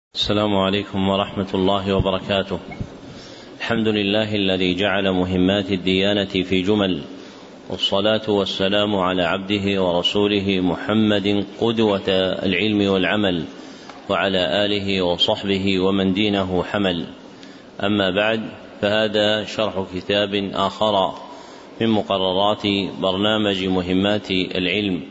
السلام عليكم ورحمة الله وبركاته. الحمد لله الذي جعل مهمات الديانة في جمل، والصلاة والسلام على عبده ورسوله محمد قدوة العلم والعمل، وعلى آله وصحبه ومن دينه حمل. أما بعد، فهذا شرح كتاب آخر من مقررات برنامج مهمات العلم،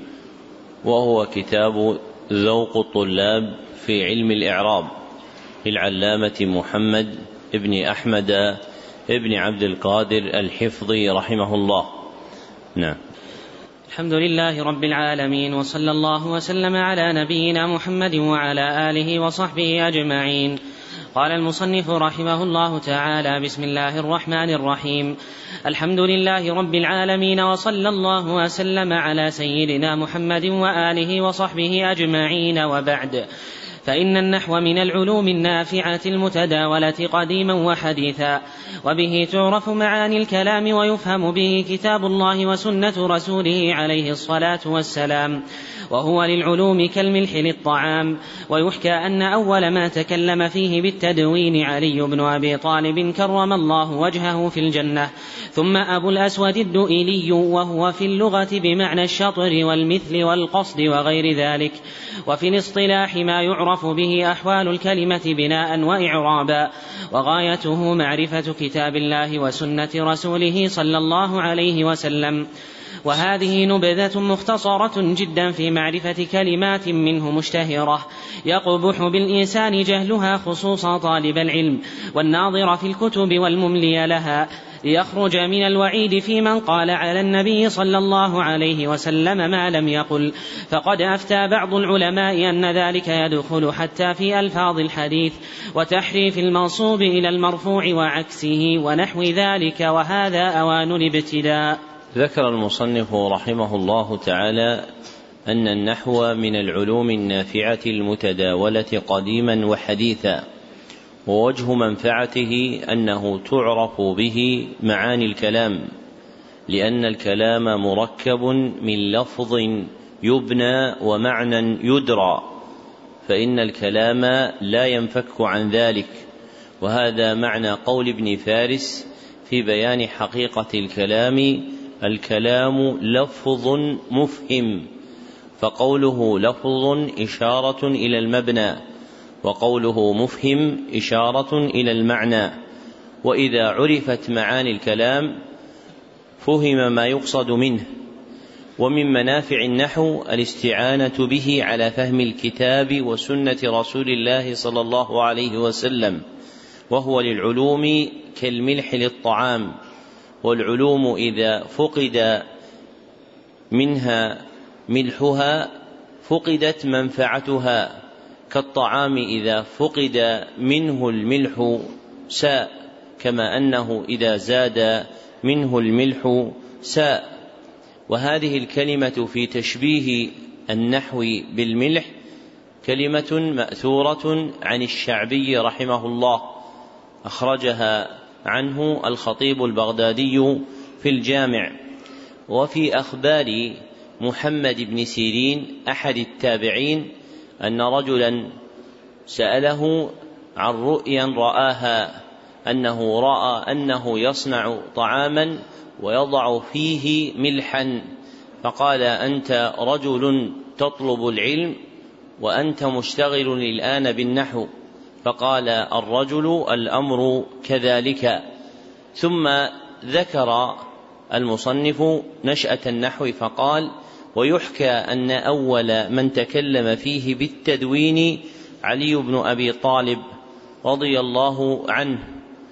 وهو كتاب ذوق الطلاب في علم الإعراب للعلامة محمد ابن أحمد ابن عبد القادر الحفظي رحمه الله. نعم. الحمد لله رب العالمين، وصلى الله وسلم على نبينا محمد وعلى آله وصحبه أجمعين. قال المصنف رحمه الله تعالى: بسم الله الرحمن الرحيم. الحمد لله رب العالمين، وصلى الله وسلم على سيدنا محمد وآله وصحبه أجمعين، وبعد، فإن النحو من العلوم النافعة المتداولة قديما وحديثا، وبه تعرف معاني الكلام، ويفهم به كتاب الله وسنة رسوله عليه الصلاة والسلام، وهو للعلوم كالملح للطعام. ويحكى أن أول ما تكلم فيه بالتدوين علي بن أبي طالب كرم الله وجهه في الجنة، ثم أبو الأسود الدؤيلي، وهو في اللغة بمعنى الشطر والمثل والقصد وغير ذلك، وفي الاصطلاح ما يعرف به أحوال الكلمة بناء وإعرابا، وغايته معرفة كتاب الله وسنة رسوله صلى الله عليه وسلم. وهذه نبذة مختصرة جدا في معرفة كلمات منه مشتهرة يقبح بالإنسان جهلها، خصوصا طالب العلم والناظر في الكتب والمملي لها، ليخرج من الوعيد في من قال على النبي صلى الله عليه وسلم ما لم يقل. فقد أفتى بعض العلماء أن ذلك يدخل حتى في ألفاظ الحديث وتحريف المنصوب إلى المرفوع وعكسه ونحو ذلك، وهذا أوان الابتداء. ذكر المصنف رحمه الله تعالى أن النحو من العلوم النافعة المتداولة قديما وحديثا، ووجه منفعته أنه تعرف به معاني الكلام، لأن الكلام مركب من لفظ يبنى ومعنى يدرى، فإن الكلام لا ينفك عن ذلك. وهذا معنى قول ابن فارس في بيان حقيقة الكلام: الكلام لفظ مفهم، فقوله لفظ إشارة إلى المبنى، وقوله مفهم إشارة إلى المعنى. وإذا عرفت معاني الكلام فهم ما يقصد منه. ومن منافع النحو الاستعانة به على فهم الكتاب وسنة رسول الله صلى الله عليه وسلم، وهو للعلوم كالملح للطعام. والعلوم إذا فقد منها ملحها فقدت منفعتها، كالطعام إذا فقد منه الملح ساء، كما أنه إذا زاد منه الملح ساء. وهذه الكلمة في تشبيه النحو بالملح كلمة مأثورة عن الشعبي رحمه الله، أخرجها عنه الخطيب البغدادي في الجامع. وفي أخبار محمد بن سيرين أحد التابعين أن رجلا سأله عن رؤيا رآها، أنه رأى أنه يصنع طعاما ويضع فيه ملحا، فقال: أنت رجل تطلب العلم وأنت مشتغل الآن بالنحو. فقال الرجل: الأمر كذلك. ثم ذكر المصنف نشأة النحو فقال: ويحكى أن أول من تكلم فيه بالتدوين علي بن أبي طالب رضي الله عنه،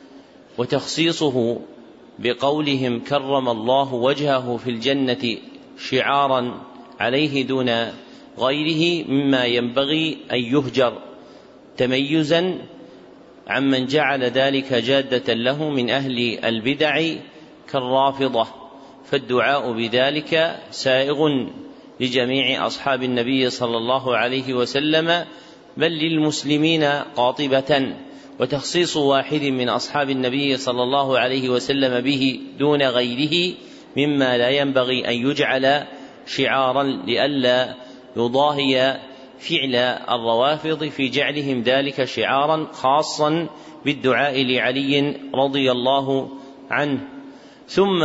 وتخصيصه بقولهم كرم الله وجهه في الجنة شعارا عليه دون غيره مما ينبغي أن يهجر، تميزا عمن جعل ذلك جادة له من أهل البدع كالرافضة. فالدعاء بذلك سائغ لجميع أصحاب النبي صلى الله عليه وسلم، بل للمسلمين قاطبة. وتخصيص واحد من أصحاب النبي صلى الله عليه وسلم به دون غيره مما لا ينبغي أن يجعل شعارا، لئلا يضاهي فعل الروافض في جعلهم ذلك شعارا خاصا بالدعاء لعلي رضي الله عنه. ثم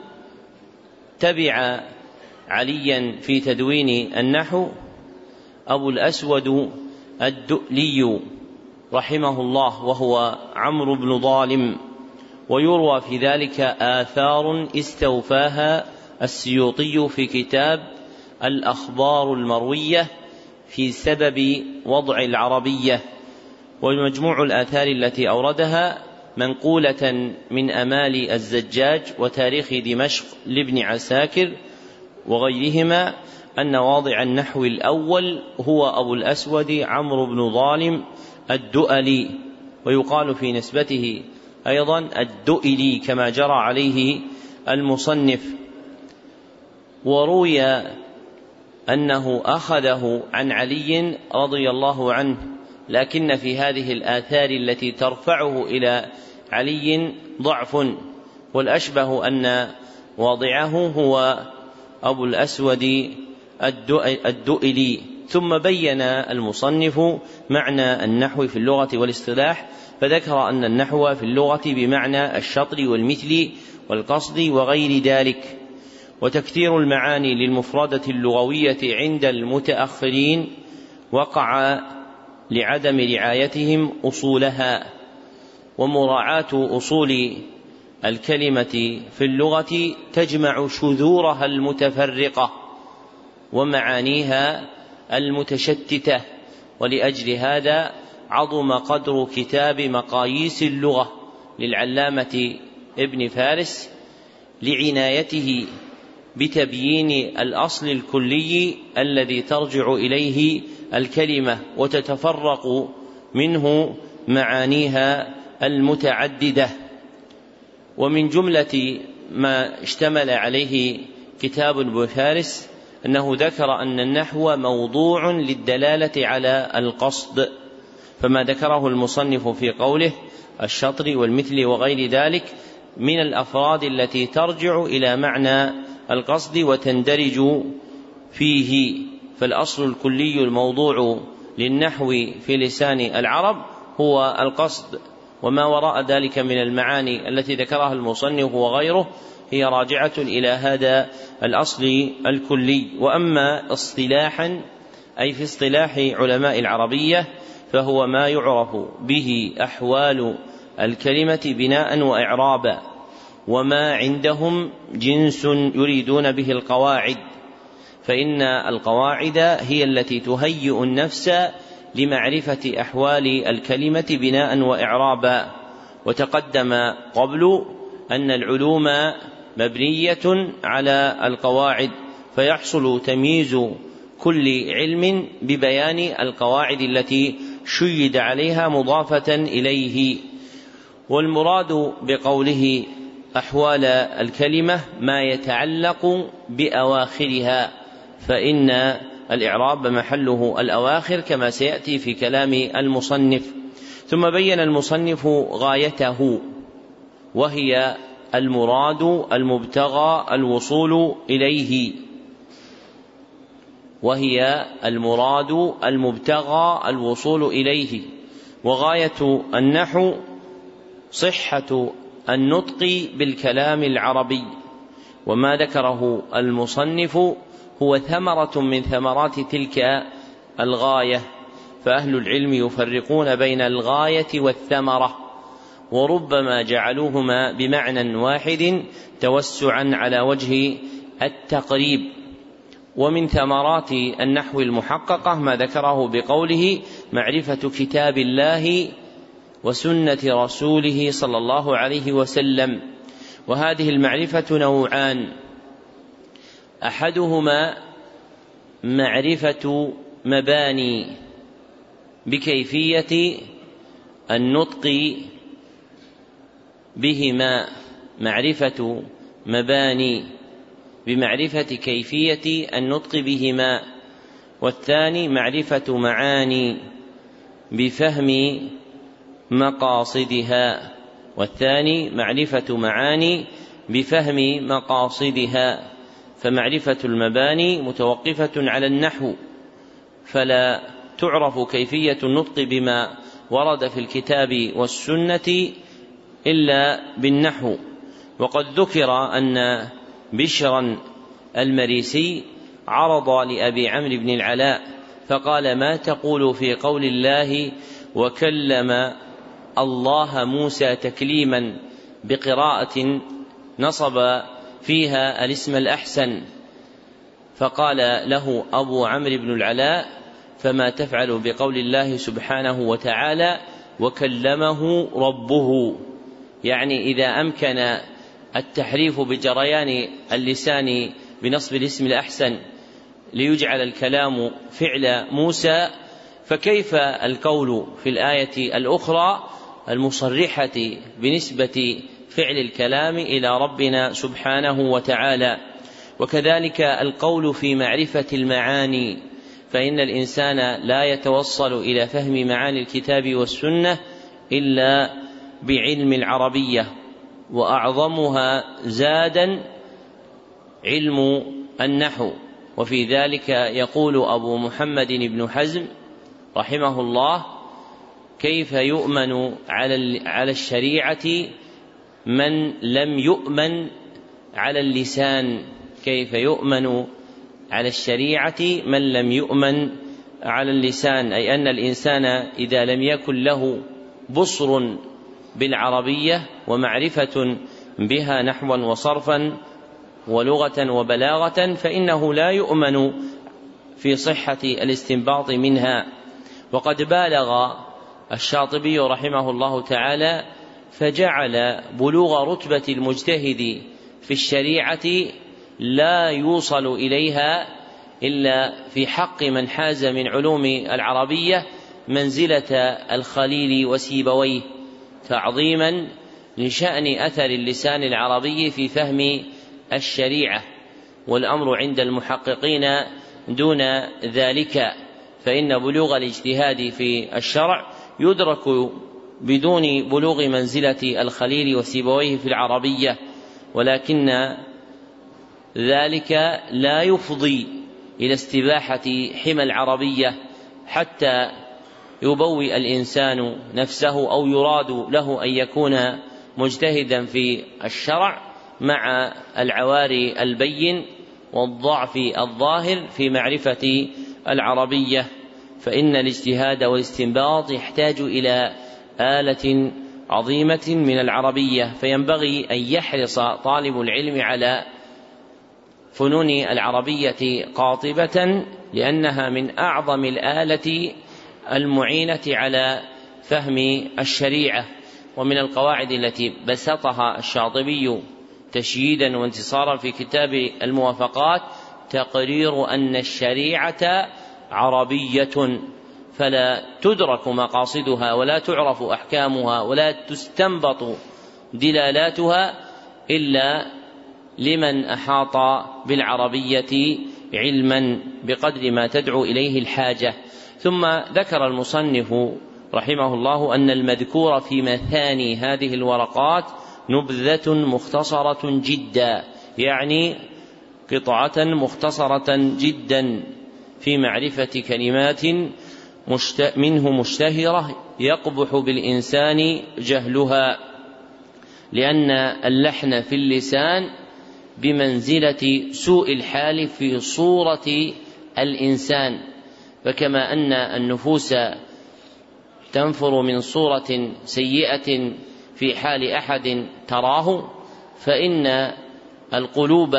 تبع عليا في تدوين النحو أبو الأسود الدؤلي رحمه الله، وهو عمرو بن ظالم، ويروى في ذلك آثار استوفاها السيوطي في كتاب الأخبار المروية في سبب وضع العربية، ومجموع الآثار التي أوردها منقولة من أمال الزجاج وتاريخ دمشق لابن عساكر وغيرهما أن واضع النحو الأول هو أبو الأسود عمرو بن ظالم الدؤلي، ويقال في نسبته أيضا الدؤلي كما جرى عليه المصنف. وروي أنه أخذه عن علي رضي الله عنه، لكن في هذه الآثار التي ترفعه إلى علي ضعف، والأشبه أن واضعه هو أبو الأسود الدؤلي. ثم بين المصنف معنى النحو في اللغة والاصطلاح، فذكر أن النحو في اللغة بمعنى الشطر والمثل والقصد وغير ذلك، وتكثير المعاني للمفردة اللغوية عند المتأخرين وقع لعدم رعايتهم أصولها، ومراعاة أصول الكلمة في اللغة تجمع شذورها المتفرقة ومعانيها المتشتتة. ولأجل هذا عظم قدر كتاب مقاييس اللغة للعلامة ابن فارس لعنايته بتبيين الأصل الكلي الذي ترجع إليه الكلمة وتتفرق منه معانيها المتعددة. ومن جملة ما اشتمل عليه كتاب ابن فارس أنه ذكر أن النحو موضوع للدلالة على القصد، فما ذكره المصنف في قوله الشطر والمثل وغير ذلك من الأفراد التي ترجع إلى معنى القصد وتندرج فيه، فالأصل الكلي الموضوع للنحو في لسان العرب هو القصد، وما وراء ذلك من المعاني التي ذكرها المصنف وغيره هي راجعة إلى هذا الأصل الكلي. وأما اصطلاحا أي في اصطلاح علماء العربية فهو ما يعرف به أحوال الكلمة بناء وإعرابا، وما عندهم جنس يريدون به القواعد، فإن القواعد هي التي تهيئ النفس لمعرفة أحوال الكلمة بناء وإعرابا. وتقدم قبل أن العلوم مبنية على القواعد، فيحصل تمييز كل علم ببيان القواعد التي شيد عليها مضافة إليه. والمراد بقوله أحوال الكلمة ما يتعلق بأواخرها، فإن الإعراب محله الأواخر كما سيأتي في كلام المصنف. ثم بين المصنف غايته، وهي المراد المبتغى الوصول إليه، وهي المراد المبتغى الوصول إليه. وغاية النحو صحة النطق بالكلام العربي، وما ذكره المصنف هو ثمرة من ثمرات تلك الغاية، فأهل العلم يفرقون بين الغاية والثمرة، وربما جعلوهما بمعنى واحد توسعا على وجه التقريب. ومن ثمرات النحو المحققة ما ذكره بقوله معرفة كتاب الله وسنة رسوله صلى الله عليه وسلم. وهذه المعرفة نوعان: أحدهما معرفة مباني بكيفية النطق بهما، معرفة مباني بمعرفة كيفية النطق بهما. والثاني معرفة معاني بفهم مقاصدها، والثاني معرفة معاني بفهم مقاصدها. فمعرفة المباني متوقفة على النحو، فلا تعرف كيفية النطق بما ورد في الكتاب والسنة إلا بالنحو. وقد ذكر أن بشرا المريسي عرض لأبي عمرو بن العلاء فقال: ما تقول في قول الله وكلم الله موسى تكليما بقراءة نصب فيها الاسم الأحسن؟ فقال له أبو عمرو بن العلاء: فما تفعل بقول الله سبحانه وتعالى وكلمه ربه؟ يعني إذا أمكن التحريف بجريان اللسان بنصب الاسم الأحسن ليجعل الكلام فعل موسى، فكيف القول في الآية الأخرى المصرحة بنسبة فعل الكلام إلى ربنا سبحانه وتعالى؟ وكذلك القول في معرفة المعاني، فإن الإنسان لا يتوصل إلى فهم معاني الكتاب والسنة إلا بعلم العربية، وأعظمها زادا علم النحو. وفي ذلك يقول أبو محمد بن حزم رحمه الله: كيف يؤمن على الشريعة من لم يؤمن على اللسان؟ كيف يؤمن على الشريعة من لم يؤمن على اللسان؟ أي أن الإنسان إذا لم يكن له بصر بالعربية ومعرفة بها نحوا وصرفا ولغة وبلاغة فإنه لا يؤمن في صحة الاستنباط منها. وقد بالغ الشاطبي رحمه الله تعالى فجعل بلوغ رتبة المجتهد في الشريعة لا يوصل إليها إلا في حق من حاز من علوم العربية منزلة الخليل وسيبويه، تعظيما لشأن أثر اللسان العربي في فهم الشريعة. والأمر عند المحققين دون ذلك، فإن بلوغ الاجتهاد في الشرع يدرك بدون بلوغ منزلة الخليل وسيبويه في العربية، ولكن ذلك لا يفضي إلى استباحة حمى العربية حتى يبوئ الإنسان نفسه أو يراد له أن يكون مجتهدا في الشرع مع العواري البين والضعف الظاهر في معرفة العربية. فإن الاجتهاد والاستنباط يحتاج إلى آلة عظيمة من العربية، فينبغي أن يحرص طالب العلم على فنون العربية قاطبة، لأنها من أعظم الآلة المعينة على فهم الشريعة. ومن القواعد التي بسطها الشاطبي تشييدا وانتصارا في كتاب الموافقات تقرير أن الشريعة عربية، فلا تدرك مقاصدها ولا تعرف أحكامها ولا تستنبط دلالاتها إلا لمن أحاط بالعربية علما بقدر ما تدعو إليه الحاجة. ثم ذكر المصنف رحمه الله أن المذكور في مثاني هذه الورقات نبذة مختصرة جدا، يعني قطعة مختصرة جدا في معرفة كلمات منه مشتهرة يقبح بالإنسان جهلها، لأن اللحن في اللسان بمنزلة سوء الحال في صورة الإنسان، فكما أن النفوس تنفر من صورة سيئة في حال أحد تراه، فإن القلوب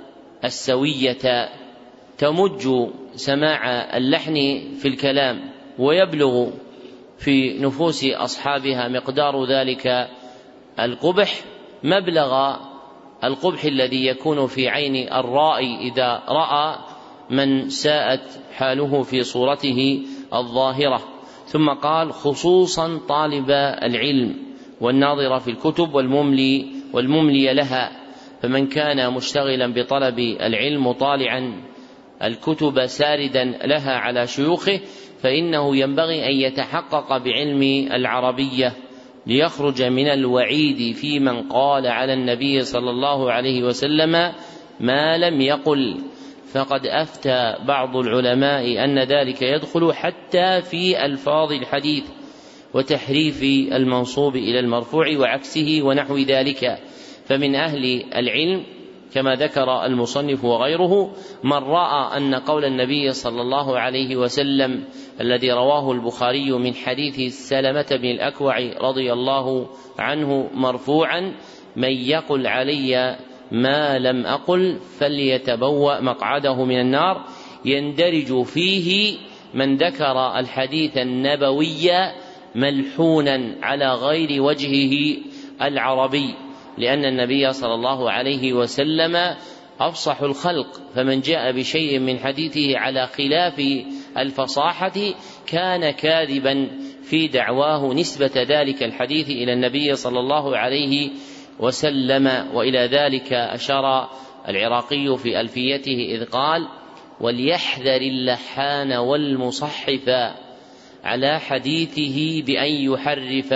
السوية تمج سماع اللحن في الكلام، ويبلغ في نفوس أصحابها مقدار ذلك القبح مبلغ القبح الذي يكون في عين الرائي إذا رأى من ساءت حاله في صورته الظاهرة. ثم قال: خصوصا طالب العلم والناظر في الكتب والمملي لها، فمن كان مشتغلا بطلب العلم مطالعا الكتب ساردا لها على شيوخه فإنه ينبغي أن يتحقق بعلم العربية ليخرج من الوعيد في من قال على النبي صلى الله عليه وسلم ما لم يقل، فقد أفتى بعض العلماء أن ذلك يدخل حتى في ألفاظ الحديث وتحريف المنصوب إلى المرفوع وعكسه ونحو ذلك. فمن أهل العلم كما ذكر المصنف وغيره من رأى أن قول النبي صلى الله عليه وسلم الذي رواه البخاري من حديث سلمة بن الأكوع رضي الله عنه مرفوعا: من يقل علي ما لم أقل فليتبوأ مقعده من النار، يندرج فيه من ذكر الحديث النبوي ملحونا على غير وجهه العربي، لأن النبي صلى الله عليه وسلم أفصح الخلق، فمن جاء بشيء من حديثه على خلاف الفصاحة كان كاذبا في دعواه نسبة ذلك الحديث إلى النبي صلى الله عليه وسلم. وإلى ذلك أشار العراقي في ألفيته إذ قال: وليحذر اللحان والمصحف على حديثه بأن يحرف،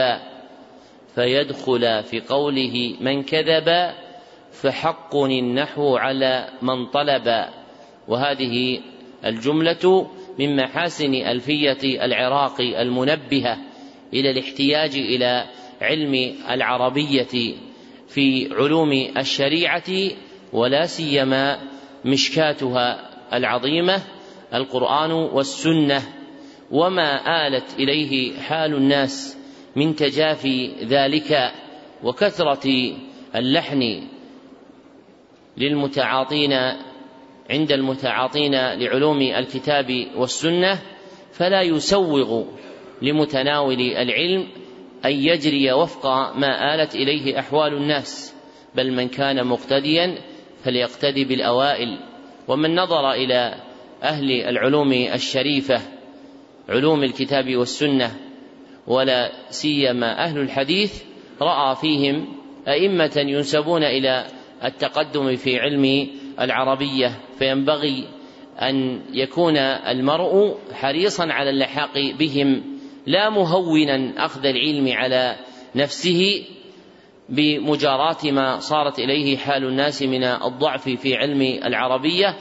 فيدخل في قوله من كذب فحق النحو على من طلب. وهذه الجملة من محاسن ألفية العراقي المنبهة إلى الاحتياج إلى علم العربية في علوم الشريعة، ولا سيما مشكاتها العظيمة القرآن والسنة، وما آلت إليه حال الناس من تجافي ذلك وكثرة اللحن للمتعاطين عند المتعاطين لعلوم الكتاب والسنة، فلا يسوغ لمتناول العلم أن يجري وفق ما آلت إليه أحوال الناس، بل من كان مقتديا فليقتدي بالأوائل. ومن نظر إلى أهل العلوم الشريفة علوم الكتاب والسنة ولا سيما أهل الحديث رأى فيهم أئمة ينسبون إلى التقدم في علم العربية، فينبغي أن يكون المرء حريصا على اللحاق بهم، لا مهونا أخذ العلم على نفسه بمجاراة ما صارت إليه حال الناس من الضعف في علم العربية،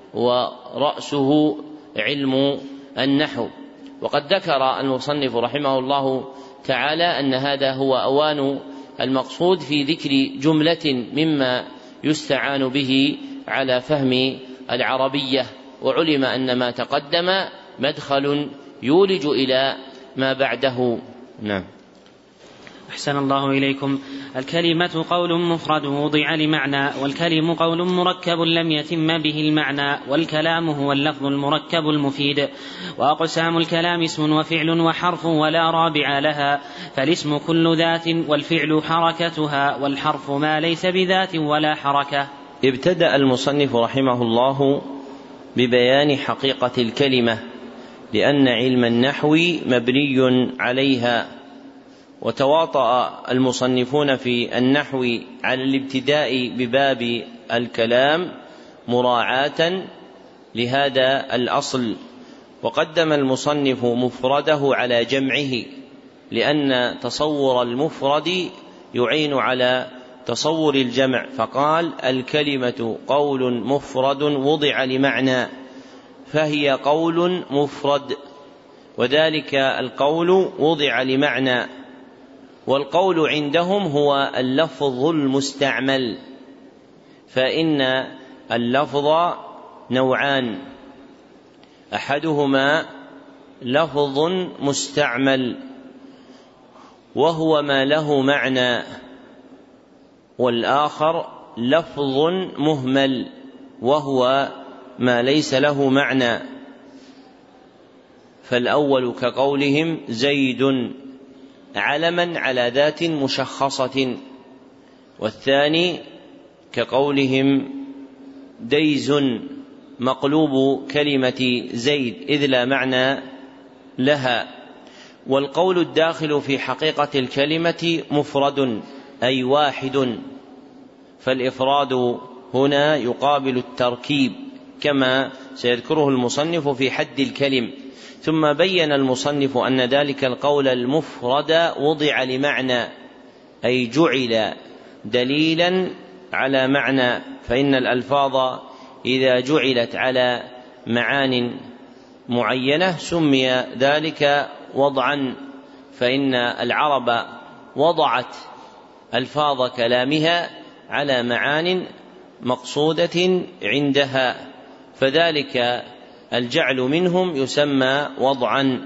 ورأسه علم النحو. وقد ذكر المصنف رحمه الله تعالى أن هذا هو أوان المقصود في ذكر جملة مما يستعان به على فهم العربية، وعلم أن ما تقدم مدخل يولج إلى ما بعده. نعم. أحسن الله إليكم. الكلمة قول مفرد وضع لمعنى، والكلم قول مركب لم يتم به المعنى، والكلام هو اللفظ المركب المفيد. وأقسام الكلام اسم وفعل وحرف ولا رابع لها، فالاسم كل ذات والفعل حركتها، والحرف ما ليس بذات ولا حركة. ابتدأ المصنف رحمه الله ببيان حقيقة الكلمة، لأن علم النحو مبني عليها، وتواطأ المصنفون في النحو على الابتداء بباب الكلام مراعاة لهذا الأصل. وقدم المصنف مفرده على جمعه، لأن تصور المفرد يعين على تصور الجمع، فقال: الكلمة قول مفرد وضع لمعنى، فهي قول مفرد، وذلك القول وضع لمعنى. والقول عندهم هو اللفظ المستعمل، فإن اللفظ نوعان: أحدهما لفظ مستعمل وهو ما له معنى، والآخر لفظ مهمل وهو ما ليس له معنى. فالأول كقولهم زيد علما على ذات مشخصة، والثاني كقولهم ديز مقلوب كلمة زيد إذ لا معنى لها. والقول الداخل في حقيقة الكلمة مفرد أي واحد، فالإفراد هنا يقابل التركيب كما سيذكره المصنف في حد الكلم. ثم بين المصنف أن ذلك القول المفرد وضع لمعنى، أي جعل دليلا على معنى، فإن الألفاظ إذا جعلت على معان معينة سمي ذلك وضعا، فإن العرب وضعت ألفاظ كلامها على معان مقصودة عندها، فذلك الجعل منهم يسمى وضعا.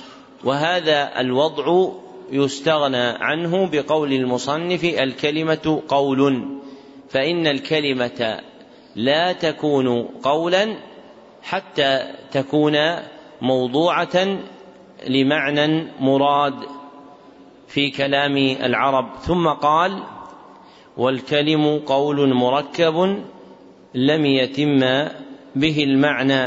وهذا الوضع يستغنى عنه بقول المصنف: الكلمة قول، فإن الكلمة لا تكون قولا حتى تكون موضوعة لمعنى مراد في كلام العرب. ثم قال: والكلم قول مركب لم يتم به المعنى،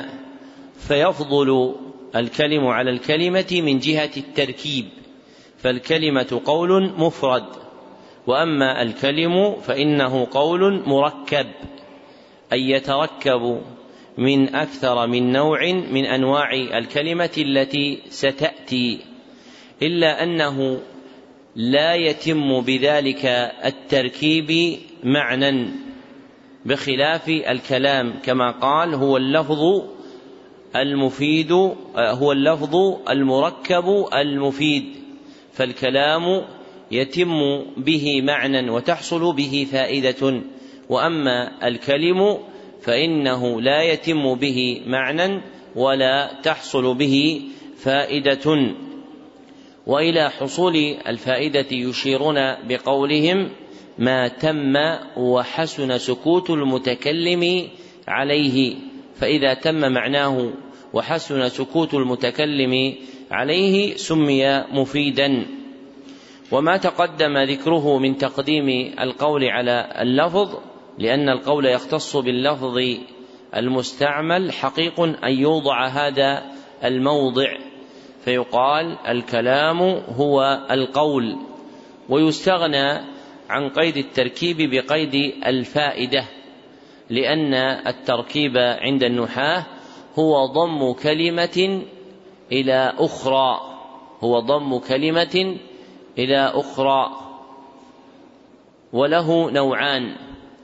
فيفضل الكلم على الكلمة من جهة التركيب، فالكلمة قول مفرد، وأما الكلم فإنه قول مركب، أي يتركب من أكثر من نوع من أنواع الكلمة التي ستأتي، إلا أنه لا يتم بذلك التركيب معنى، بخلاف الكلام، كما قال: هو اللفظ المفيد، هو اللفظ المركب المفيد، فالكلام يتم به معنى وتحصل به فائدة، وأما الكلم فإنه لا يتم به معنى ولا تحصل به فائدة. وإلى حصول الفائدة يشيرون بقولهم: ما تم وحسن سكوت المتكلم عليه، فإذا تم معناه وحسن سكوت المتكلم عليه سمي مفيدا. وما تقدم ذكره من تقديم القول على اللفظ، لأن القول يختص باللفظ المستعمل، حقيق أن يوضع هذا الموضع فيقال: الكلام هو القول، ويستغنى عن قيد التركيب بقيد الفائدة، لأن التركيب عند النحاة هو ضم كلمة إلى أخرى، هو ضم كلمة إلى أخرى، وله نوعان: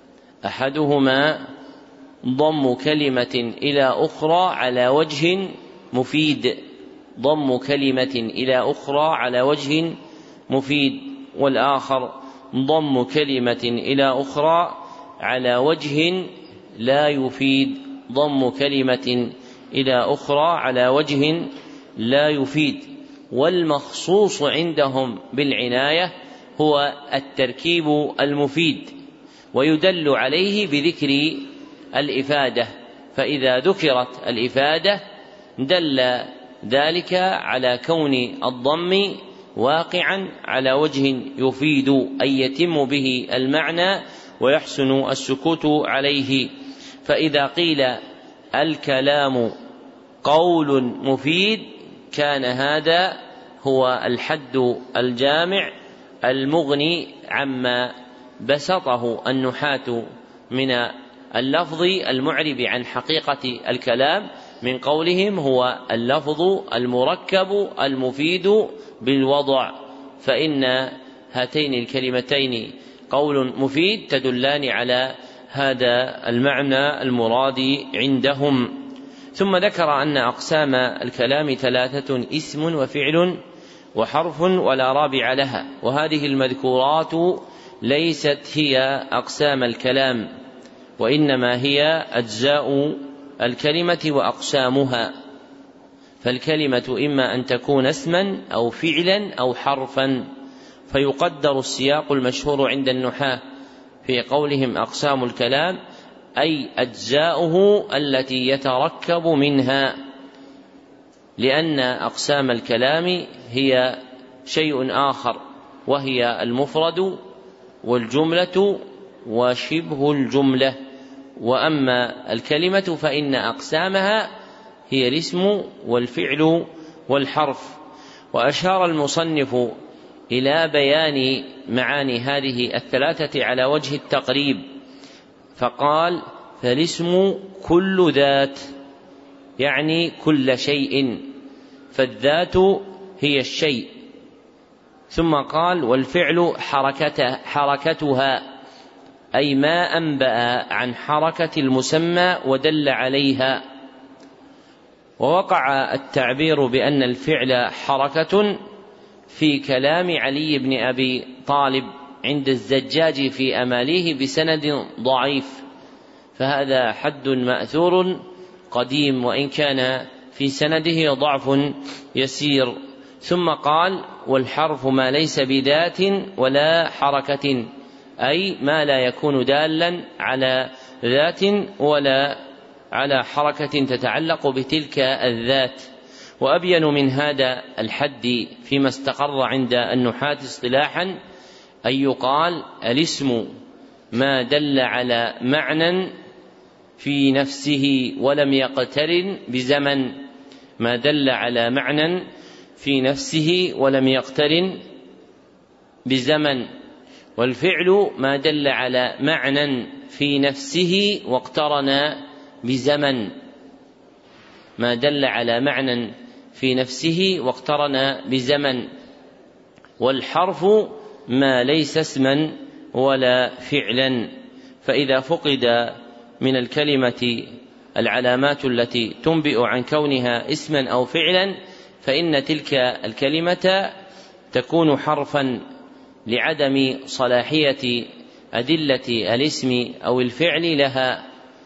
أحدهما ضم كلمة إلى أخرى على وجه مفيد، ضم كلمة إلى أخرى على وجه مفيد، والآخر ضم كلمة إلى أخرى على وجه لا يفيد، ضم كلمة إلى أخرى على وجه لا يفيد. والمخصوص عندهم بالعناية هو التركيب المفيد، ويدل عليه بذكر الإفادة، فإذا ذكرت الإفادة دل ذلك على كون الضم واقعا على وجه يفيد، أي يتم به المعنى ويحسن السكوت عليه. فإذا قيل الكلام قول مفيد كان هذا هو الحد الجامع المغني عما بسطه النحاة من اللفظ المعرب عن حقيقة الكلام، من قولهم: هو اللفظ المركب المفيد بالوضع، فإن هاتين الكلمتين قول مفيد تدلان على هذا المعنى المراد عندهم. ثم ذكر أن أقسام الكلام 3: اسم وفعل وحرف ولا رابع لها، وهذه المذكورات ليست هي أقسام الكلام، وإنما هي أجزاء الكلمة وأقسامها، فالكلمة إما أن تكون اسما أو فعلا أو حرفا، فيقدر السياق المشهور عند النحاة في قولهم أقسام الكلام أي أجزاؤه التي يتركب منها، لأن أقسام الكلام هي شيء آخر، وهي المفرد والجملة وشبه الجملة، وأما الكلمة فإن أقسامها هي الاسم والفعل والحرف. وأشار المصنف إلى بيان معاني هذه 3 على وجه التقريب، فقال: فالاسم كل ذات، يعني كل شيء، فالذات هي الشيء. ثم قال: والفعل حركتها، أي ما أنبأ عن حركة المسمى ودل عليها. ووقع التعبير بأن الفعل حركة في كلام علي بن أبي طالب عند الزجاج في أماليه بسند ضعيف، فهذا حد مأثور قديم وإن كان في سنده ضعف يسير. ثم قال: والحرف ما ليس بذات ولا حركة، أي ما لا يكون دالا على ذات ولا على حركة تتعلق بتلك الذات. وأبين من هذا الحد فيما استقر عند النحاة اصطلاحا أن يقال: الاسم ما دل على معنى في نفسه ولم يقترن بزمن، ما دل على معنى في نفسه ولم يقترن بزمن. والفعل ما دل على معنى في نفسه واقترن بزمن، ما دل على معنى في نفسه واقترن بزمن. والحرف ما ليس اسما ولا فعلا، فإذا فقد من الكلمة العلامات التي تنبئ عن كونها اسما أو فعلا فإن تلك الكلمة تكون حرفا لعدم صلاحية أدلة الاسم أو الفعل لها.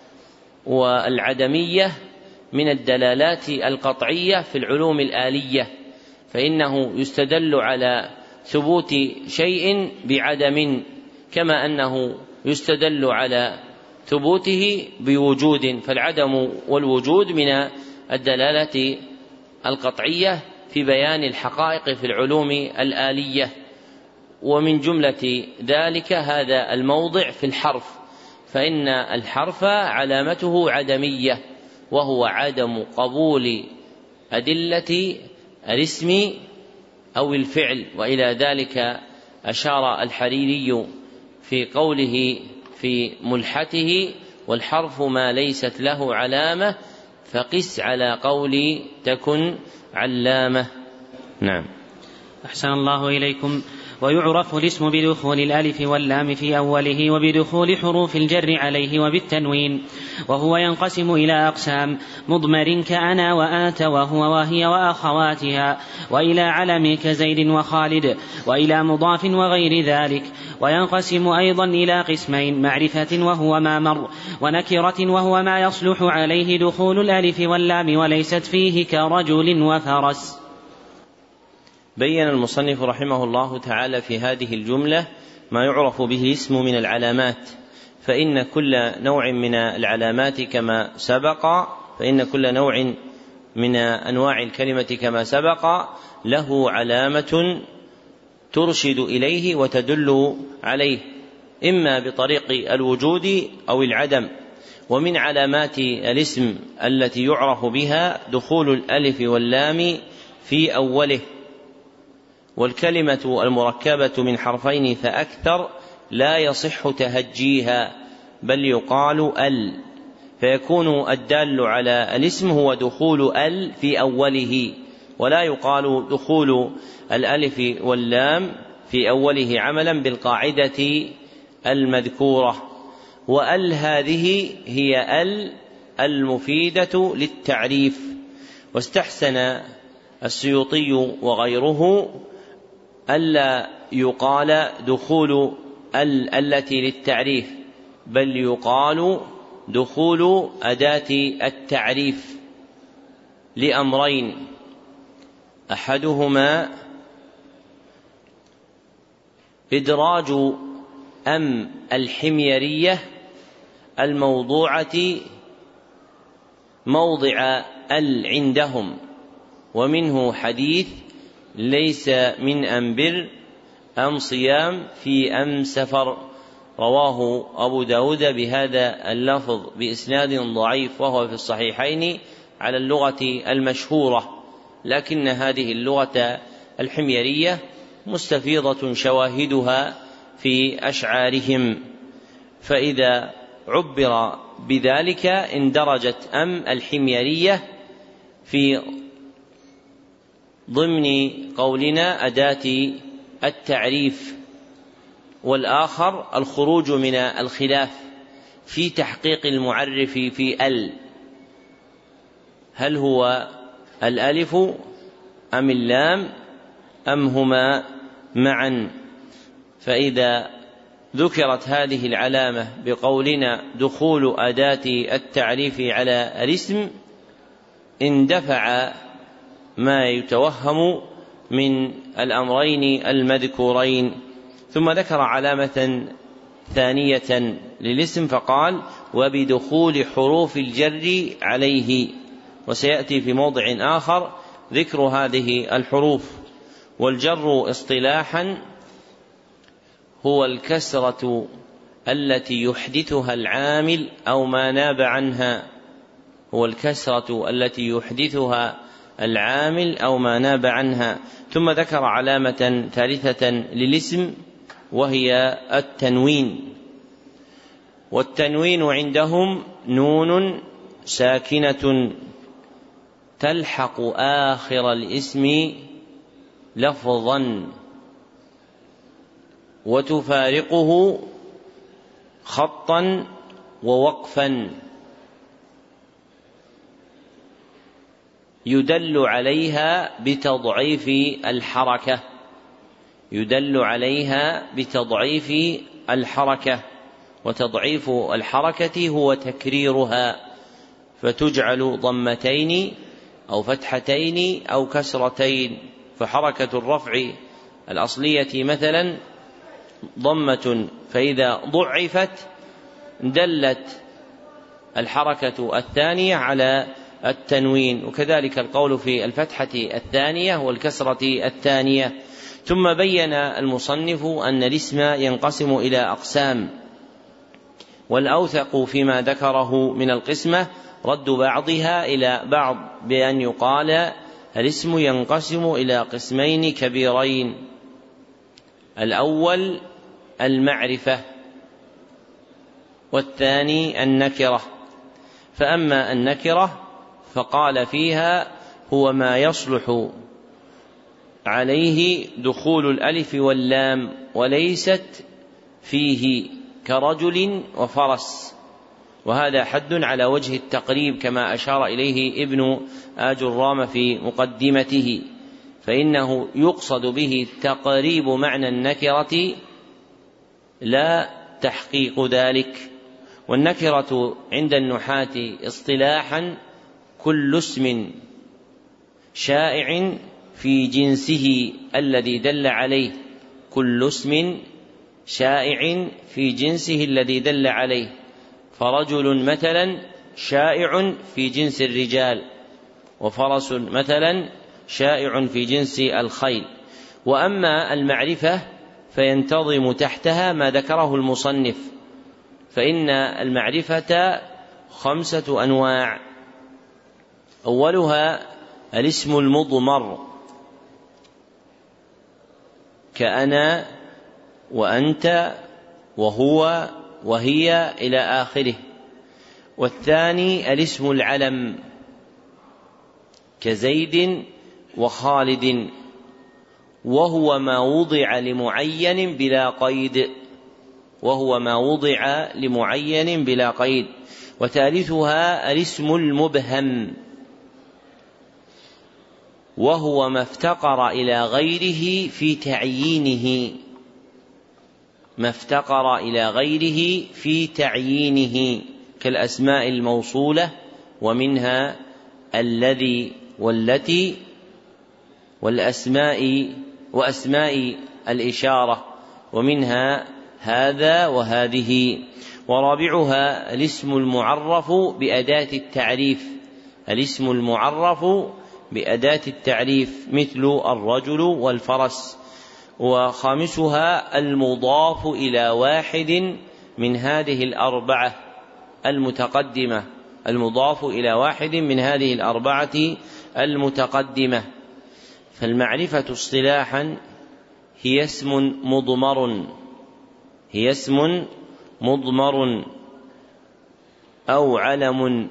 والعدمية من الدلالات القطعية في العلوم الآلية، فإنه يستدل على ثبوت شيء بعدم كما أنه يستدل على ثبوته بوجود، فالعدم والوجود من الدلالة القطعية في بيان الحقائق في العلوم الآلية. ومن جملة ذلك هذا الموضع في الحرف، فإن الحرف علامته عدمية، وهو عدم قبول أدلة الاسم أو الفعل. وإلى ذلك أشار الحريري في قوله في ملحته: والحرف ما ليست له علامة فقس على قول تكن علامة. نعم. أحسن الله إليكم. ويعرف الاسم بدخول الألف واللام في أوله وبدخول حروف الجر عليه وبالتنوين، وهو ينقسم إلى أقسام: مضمر كأنا وآت وهو وهي وأخواتها، وإلى علم كزيد وخالد، وإلى مضاف وغير ذلك. وينقسم أيضا إلى قسمين: معرفة وهو ما مر، ونكرة وهو ما يصلح عليه دخول الألف واللام وليست فيه كرجل وفرس. بين المصنف رحمه الله تعالى في هذه الجملة ما يعرف به الاسم من العلامات، فإن كل نوع من العلامات كما سبق، فإن كل نوع من أنواع الكلمة كما سبق له علامة ترشد إليه وتدل عليه، إما بطريق الوجود أو العدم. ومن علامات الاسم التي يعرف بها دخول الألف واللام في أوله، والكلمة المركبة من حرفين فأكثر لا يصح تهجيها، بل يقال ال، فيكون الدال على الاسم هو دخول ال في أوله، ولا يقال دخول الألف واللام في أوله عملا بالقاعدة المذكورة. وال هذه هي ال المفيدة للتعريف. واستحسن السيوطي وغيره ألا يقال دخول ال التي للتعريف، بل يقال دخول أداة التعريف لأمرين: أحدهما إدراج أم الحميرية الموضوعة موضع ال عندهم، ومنه حديث ليس من أم بر أم صيام في أم سفر، رواه أبو داود بهذا اللفظ بإسناد ضعيف، وهو في الصحيحين على اللغة المشهورة، لكن هذه اللغة الحميرية مستفيضة شواهدها في أشعارهم، فإذا عبر بذلك اندرجت أم الحميرية في ضمن قولنا أداة التعريف. والآخر الخروج من الخلاف في تحقيق المعرف في هل هو الألف أم اللام أم هما معا. فإذا ذكرت هذه العلامة بقولنا دخول أداة التعريف على الاسم اندفع ما يتوهم من الأمرين المذكورين. ثم ذكر علامة ثانية للاسم فقال وبدخول حروف الجر عليه، وسيأتي في موضع آخر ذكر هذه الحروف. والجر اصطلاحا هو الكسرة التي يحدثها العامل أو ما ناب عنها، هو الكسرة التي يحدثها العامل أو ما ناب عنها. ثم ذكر علامة ثالثة للاسم وهي التنوين. والتنوين عندهم نون ساكنة تلحق آخر الاسم لفظا وتفارقه خطا ووقفا، يدل عليها بتضعيف الحركة، يدل عليها بتضعيف الحركة. وتضعيف الحركة هو تكريرها، فتجعل ضمتين أو فتحتين أو كسرتين. فحركة الرفع الأصلية مثلا ضمة، فإذا ضعفت دلت الحركة الثانية على التنوين، وكذلك القول في الفتحة الثانية والكسرة الثانية. ثم بين المصنف أن الاسم ينقسم إلى أقسام، والأوثق فيما ذكره من القسمة رد بعضها إلى بعض بأن يقال الاسم ينقسم إلى قسمين كبيرين: الأول المعرفة، والثاني النكرة. فأما النكرة فقال فيها هو ما يصلح عليه دخول الألف واللام وليست فيه كرجل وفرس، وهذا حد على وجه التقريب كما أشار إليه ابن آجرام في مقدمته، فإنه يقصد به تقريب معنى النكرة لا تحقيق ذلك. والنكرة عند النحاة اصطلاحا كل اسم شائع في جنسه الذي دل عليه، كل اسم شائع في جنسه الذي دل عليه. فرجل مثلا شائع في جنس الرجال، وفرس مثلا شائع في جنس الخيل. وأما المعرفة فينتظم تحتها ما ذكره المصنف، فإن المعرفة 5 أنواع: أولها الاسم المضمر كأنا وأنت وهو وهي إلى آخره. والثاني الاسم العلم كزيد وخالد، وهو ما وضع لمعين بلا قيد، وهو ما وضع لمعين بلا قيد. وثالثها الاسم المبهم، وهو ما افتقر إلى غيره في تعيينه، ما افتقر إلى غيره في تعيينه كالأسماء الموصولة، ومنها الذي والتي، والأسماء وأسماء الإشارة، ومنها هذا وهذه. ورابعها الاسم المعرف بأداة التعريف، الاسم المعرف بأداة التعريف مثل الرجل والفرس. وخامسها المضاف إلى واحد من هذه الأربعة المتقدمة، المضاف إلى واحد من هذه الأربعة المتقدمة. فالمعرفة اصطلاحا هي اسم مضمر، هي اسم مضمر أو علم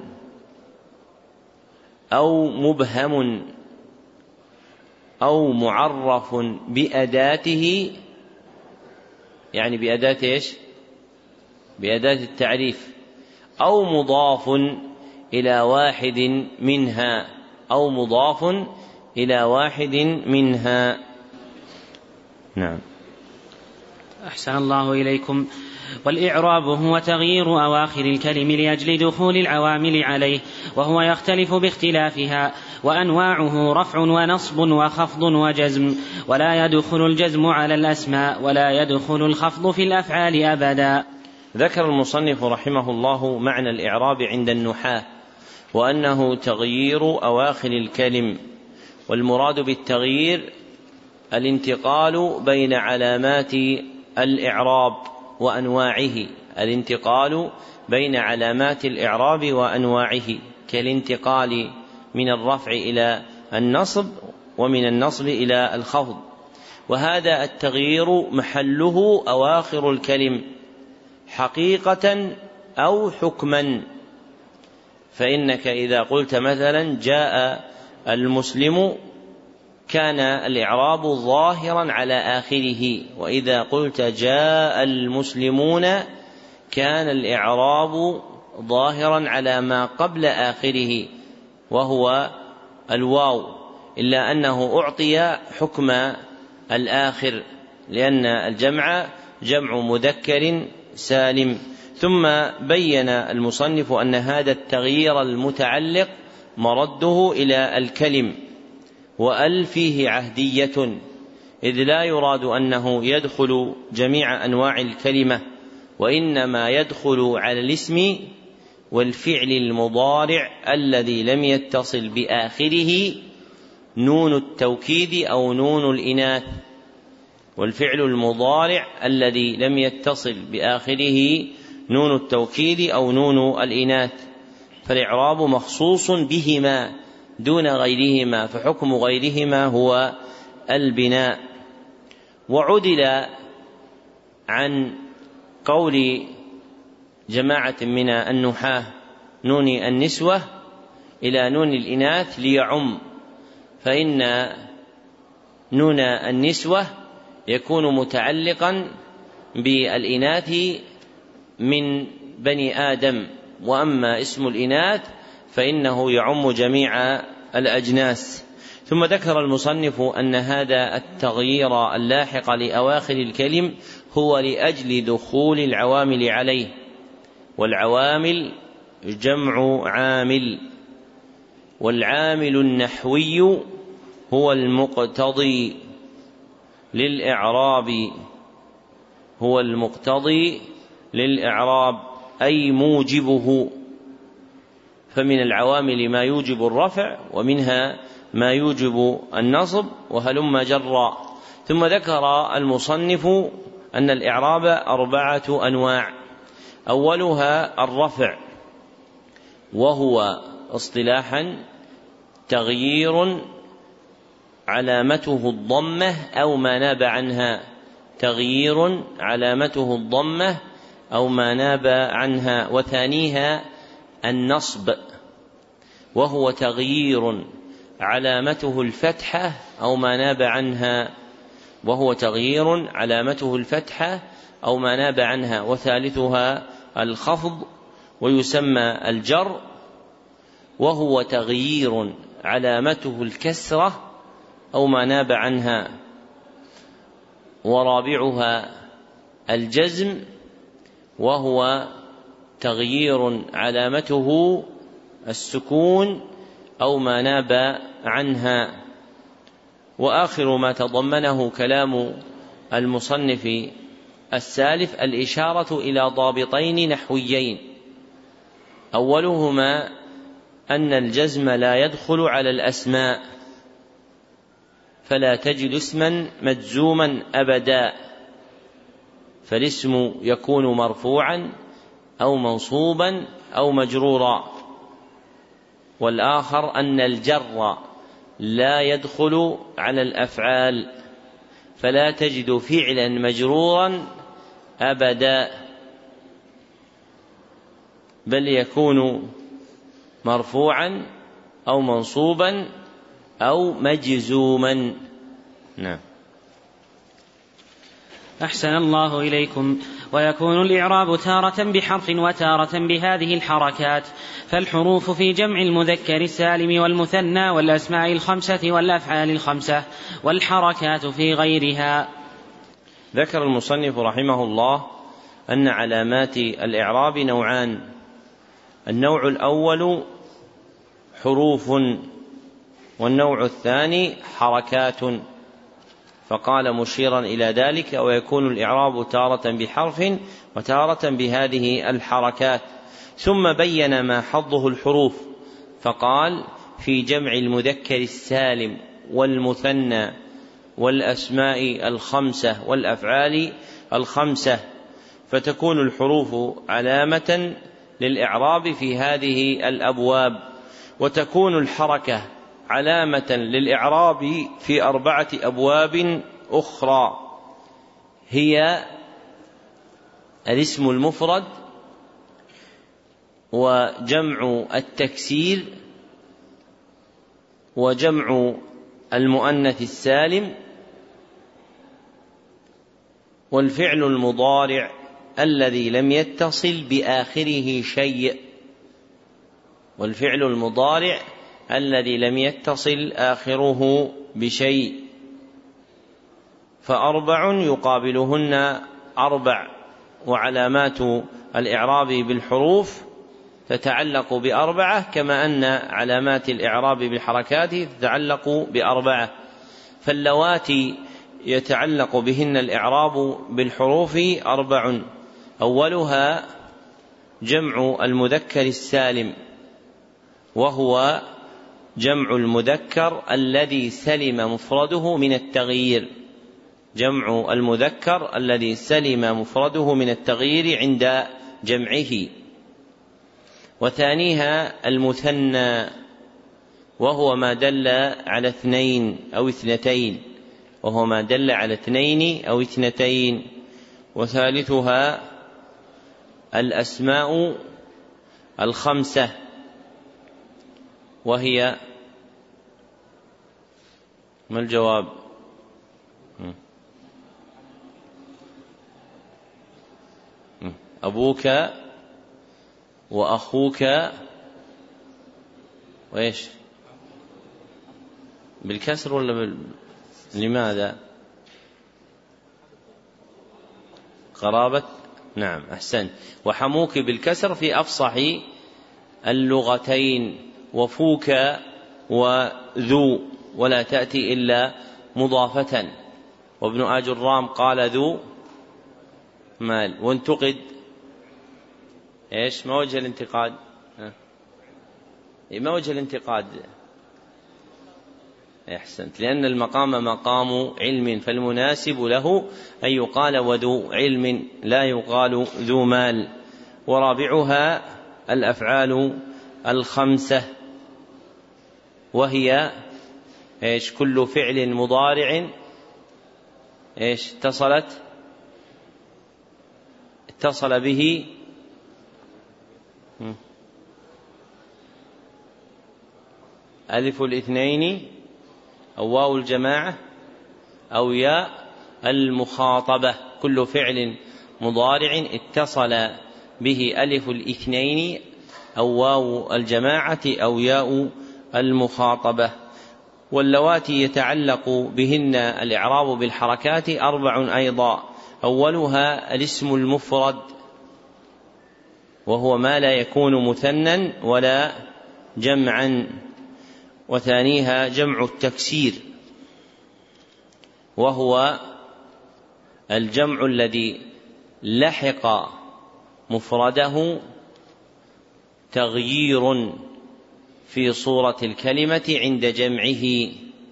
أو مبهم أو معرف بأداته يعني بأداة إيش؟ بأداة التعريف، أو مضاف إلى واحد منها، أو مضاف إلى واحد منها. نعم. أحسن الله إليكم. والإعراب هو تغيير أواخر الكلم لأجل دخول العوامل عليه، وهو يختلف باختلافها، وأنواعه رفع ونصب وخفض وجزم، ولا يدخل الجزم على الأسماء، ولا يدخل الخفض في الأفعال أبدا. ذكر المصنف رحمه الله معنى الإعراب عند النحاة، وأنه تغيير أواخر الكلم، والمراد بالتغيير الانتقال بين علامات الإعراب وأنواعه، الانتقال بين علامات الإعراب وأنواعه، كالانتقال من الرفع إلى النصب ومن النصب إلى الخفض. وهذا التغيير محله أواخر الكلم حقيقة أو حكما، فإنك إذا قلت مثلا جاء المسلم كان الإعراب ظاهرا على آخره، وإذا قلت جاء المسلمون كان الإعراب ظاهرا على ما قبل آخره وهو الواو، إلا أنه أعطي حكم الآخر لأن الجمع جمع مذكر سالم. ثم بين المصنف أن هذا التغيير المتعلق مرده إلى الكلم، وأل فيه عهدية، إذ لا يراد أنه يدخل جميع أنواع الكلمة، وإنما يدخل على الاسم والفعل المضارع الذي لم يتصل بآخره نون التوكيد أو نون الإناث، والفعل المضارع الذي لم يتصل بآخره نون التوكيد أو نون الإناث، فالإعراب مخصوص بهما دون غيرهما، فحكم غيرهما هو البناء. وعدل عن قول جماعة من النحاة نون النسوة إلى نون الإناث ليعم، فإن نون النسوة يكون متعلقا بالإناث من بني آدم، وأما اسم الإناث فإنه يعم جميع الأجناس. ثم ذكر المصنف أن هذا التغيير اللاحق لأواخر الكلم هو لأجل دخول العوامل عليه، والعوامل جمع عامل، والعامل النحوي هو المقتضي للإعراب، هو المقتضي للإعراب أي موجبه، فمن العوامل ما يوجب الرفع ومنها ما يوجب النصب وهلم جرا. ثم ذكر المصنف أن الإعراب 4 أنواع، أولها الرفع، وهو اصطلاحا تغيير علامته الضمة أو ما ناب عنها، تغيير علامته الضمة أو ما ناب عنها. وثانيها النصب، وهو تغيير علامته الفتحة أو ما ناب عنها، وهو تغيير علامته الفتحة أو ما ناب عنها. وثالثها الخفض، ويسمى الجر، وهو تغيير علامته الكسرة أو ما ناب عنها. ورابعها الجزم، وهو تغيير علامته السكون أو ما ناب عنها. وآخر ما تضمنه كلام المصنف السالف الإشارة إلى ضابطين نحويين، أولهما أن الجزم لا يدخل على الأسماء، فلا تجد اسما مجزوما أبدا، فالاسم يكون مرفوعا أو منصوبا أو مجرورا. والآخر أن الجر لا يدخل على الأفعال، فلا تجد فعلا مجرورا أبدا، بل يكون مرفوعا أو منصوبا أو مجزوما. نعم. أحسن الله إليكم. ويكون الإعراب تارة بحرف وتارة بهذه الحركات. فالحروف في جمع المذكر السالم والمثنى والأسماء الخمسة والأفعال الخمسة، والحركات في غيرها. ذكر المصنف رحمه الله أن علامات الإعراب نوعان: النوع الأول حروف، والنوع الثاني حركات. فقال مشيرا إلى ذلك: ويكون الإعراب تارة بحرف وتارة بهذه الحركات. ثم بين ما حظه الحروف فقال: في جمع المذكر السالم والمثنى والأسماء الخمسة والأفعال الخمسة، فتكون الحروف علامة للإعراب في هذه الأبواب. وتكون الحركة علامة للإعراب في 4 أبواب أخرى، هي الاسم المفرد، وجمع التكسير، وجمع المؤنث السالم، والفعل المضارع الذي لم يتصل بآخره شيء، والفعل المضارع الذي لم يتصل آخره بشيء. ف4 يقابلهن 4. وعلامات الإعراب بالحروف تتعلق ب4، كما أن علامات الإعراب بالحركات تتعلق ب4. فاللواتي يتعلق بهن الإعراب بالحروف 4: أولها جمع المذكر السالم، وهو جمع المذكر الذي سلم مفرده من التغيير، جمع المذكر الذي سلم مفرده من التغيير عند جمعه. وثانيها المثنى، وهو ما دل على 2 أو 2، وهو ما دل على 2 أو 2. وثالثها الأسماء الخمسة، وهي ما الجواب؟ أبوك وأخوك وإيش؟ بالكسر ولا لماذا؟ قرابة. نعم أحسنت. وحموك بالكسر في أفصح اللغتين، وفوك وذو، ولا تأتي إلا مضافة. وابن آجرام قال ذو مال. وانتقد إيش؟ ما وجه الانتقاد؟ ما وجه الانتقاد؟ أحسنت. لأن المقام مقام علم، فالمناسب له أن يقال وذو علم، لا يقال ذو مال. ورابعها الأفعال الخمسة، وهي إيش؟ كل فعل مضارع إيش؟ اتصل به ألف الاثنين أو واو الجماعة أو ياء المخاطبة. كل فعل مضارع اتصل به ألف الاثنين أو واو الجماعة أو ياء المخاطبة. واللواتي يتعلق بهن الإعراب بالحركات 4 أيضا: أولها الاسم المفرد، وهو ما لا يكون مثنى ولا جمعا. وثانيها جمع التكسير، وهو الجمع الذي لحق مفرده تغيير في صورة الكلمة عند جمعه.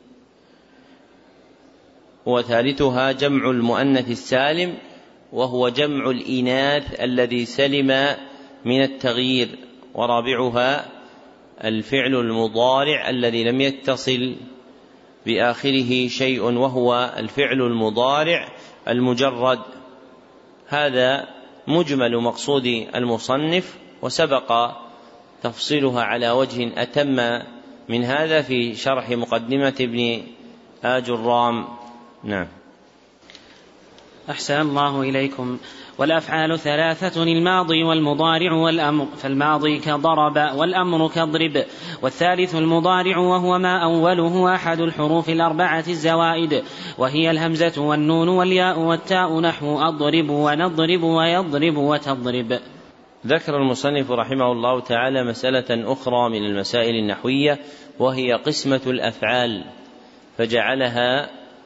وثالثها جمع المؤنث السالم، وهو جمع الإناث الذي سلم من التغيير. ورابعها الفعل المضارع الذي لم يتصل بآخره شيء، وهو الفعل المضارع المجرد. هذا مجمل مقصود المصنف، وسبق تفصيلها على وجه أتم من هذا في شرح مقدمة ابن آجرام. نعم. أحسن الله إليكم. والأفعال ثلاثة: الماضي والمضارع والأمر، فالماضي كضرب والأمر كاضرب، والثالث المضارع وهو ما أوله أحد الحروف الأربعة الزوائد، وهي الهمزة والنون والياء والتاء، نحو أضرب ونضرب ويضرب وتضرب. ذكر المصنف رحمه الله تعالى مسألة أخرى من المسائل النحوية، وهي قسمة الأفعال، فجعلها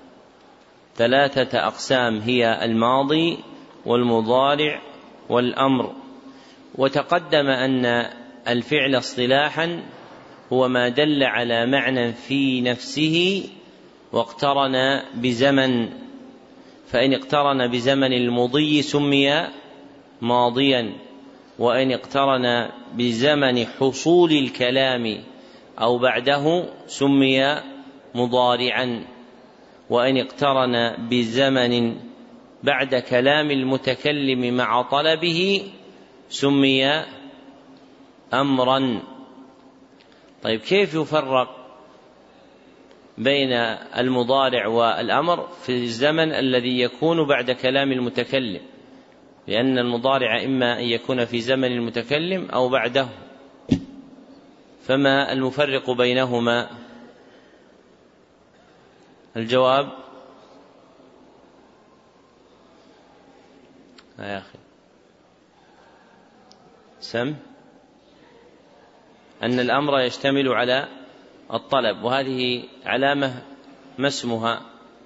3 أقسام، هي الماضي والمضارع والأمر. وتقدم أن الفعل اصطلاحا هو ما دل على معنى في نفسه واقترن بزمن، فإن اقترن بزمن المضي سمي ماضيا، وإن اقترن بزمن حصول الكلام أو بعده سمي مضارعا، وإن اقترن بزمن بعد كلام المتكلم مع طلبه سمي أمرا. طيب، كيف يفرق بين المضارع والأمر في الزمن الذي يكون بعد كلام المتكلم؟ لأن المضارع إما أن يكون في زمن المتكلم أو بعده، فما المفرق بينهما؟ الجواب يا أخي سم أن الأمر يشتمل على الطلب، وهذه علامة ما اسمها؟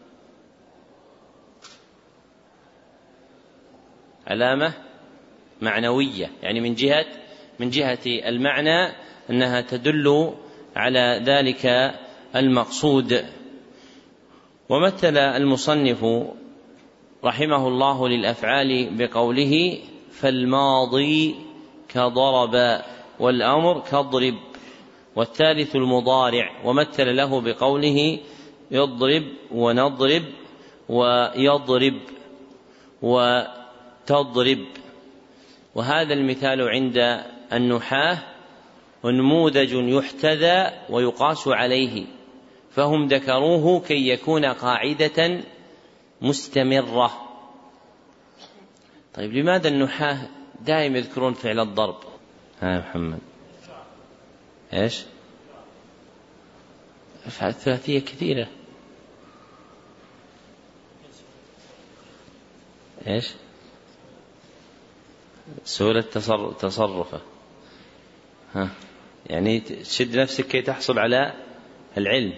علامة معنوية، يعني من جهة المعنى أنها تدل على ذلك المقصود. ومثل المصنف رحمه الله للأفعال بقوله: فالماضي كضرب والأمر كاضرب، والثالث المضارع، ومثل له بقوله: يضرب ونضرب ويضرب وتضرب. وهذا المثال عند النحاة نموذج يحتذى ويقاس عليه، فهم ذكروه كي يكون قاعدة مستمرة. طيب، لماذا النحاة دائما يذكرون فعل الضرب؟ ها محمد، ايش؟ أفعال ثلاثية كثيرة. ايش؟ سهولة تصرفه. ها، يعني تشد نفسك كي تحصل على العلم.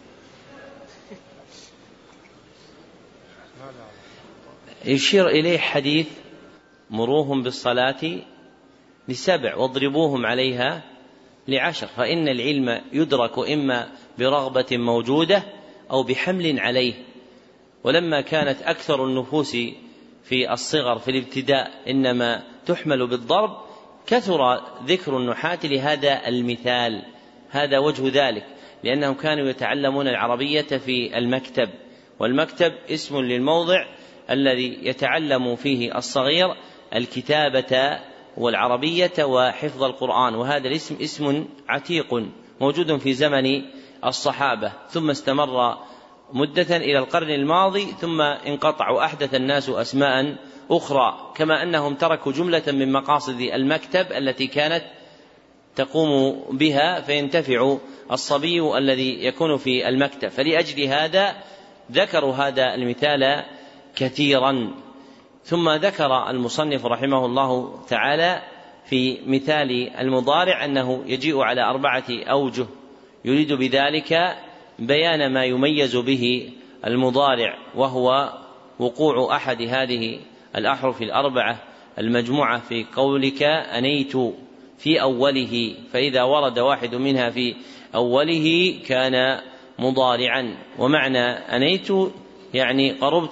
يشير إليه حديث: مروهم بالصلاة ل7 واضربوهم عليها ل10، فإن العلم يدرك إما برغبة موجودة أو بحمل عليه. ولما كانت أكثر النفوس في الصغر في الابتداء إنما تحمل بالضرب، كثر ذكر النحاة لهذا المثال. هذا وجه ذلك، لأنهم كانوا يتعلمون العربية في المكتب، والمكتب اسم للموضع الذي يتعلم فيه الصغير الكتابة والعربية وحفظ القرآن. وهذا الاسم اسم عتيق موجود في زمن الصحابة، ثم استمر مدة إلى القرن الماضي، ثم انقطع وأحدث الناس أسماء أخرى، كما أنهم تركوا جملة من مقاصد المكتب التي كانت تقوم بها فينتفع الصبي الذي يكون في المكتب. فلأجل هذا ذكروا هذا المثال كثيرا. ثم ذكر المصنف رحمه الله تعالى في مثال المضارع أنه يجيء على 4 أوجه، يريد بذلك بيان ما يميز به المضارع، وهو وقوع أحد هذه الأحرف 4 المجموعة في قولك أنيت في أوله، فإذا ورد واحد منها في أوله كان مضارعا. ومعنى أنيت يعني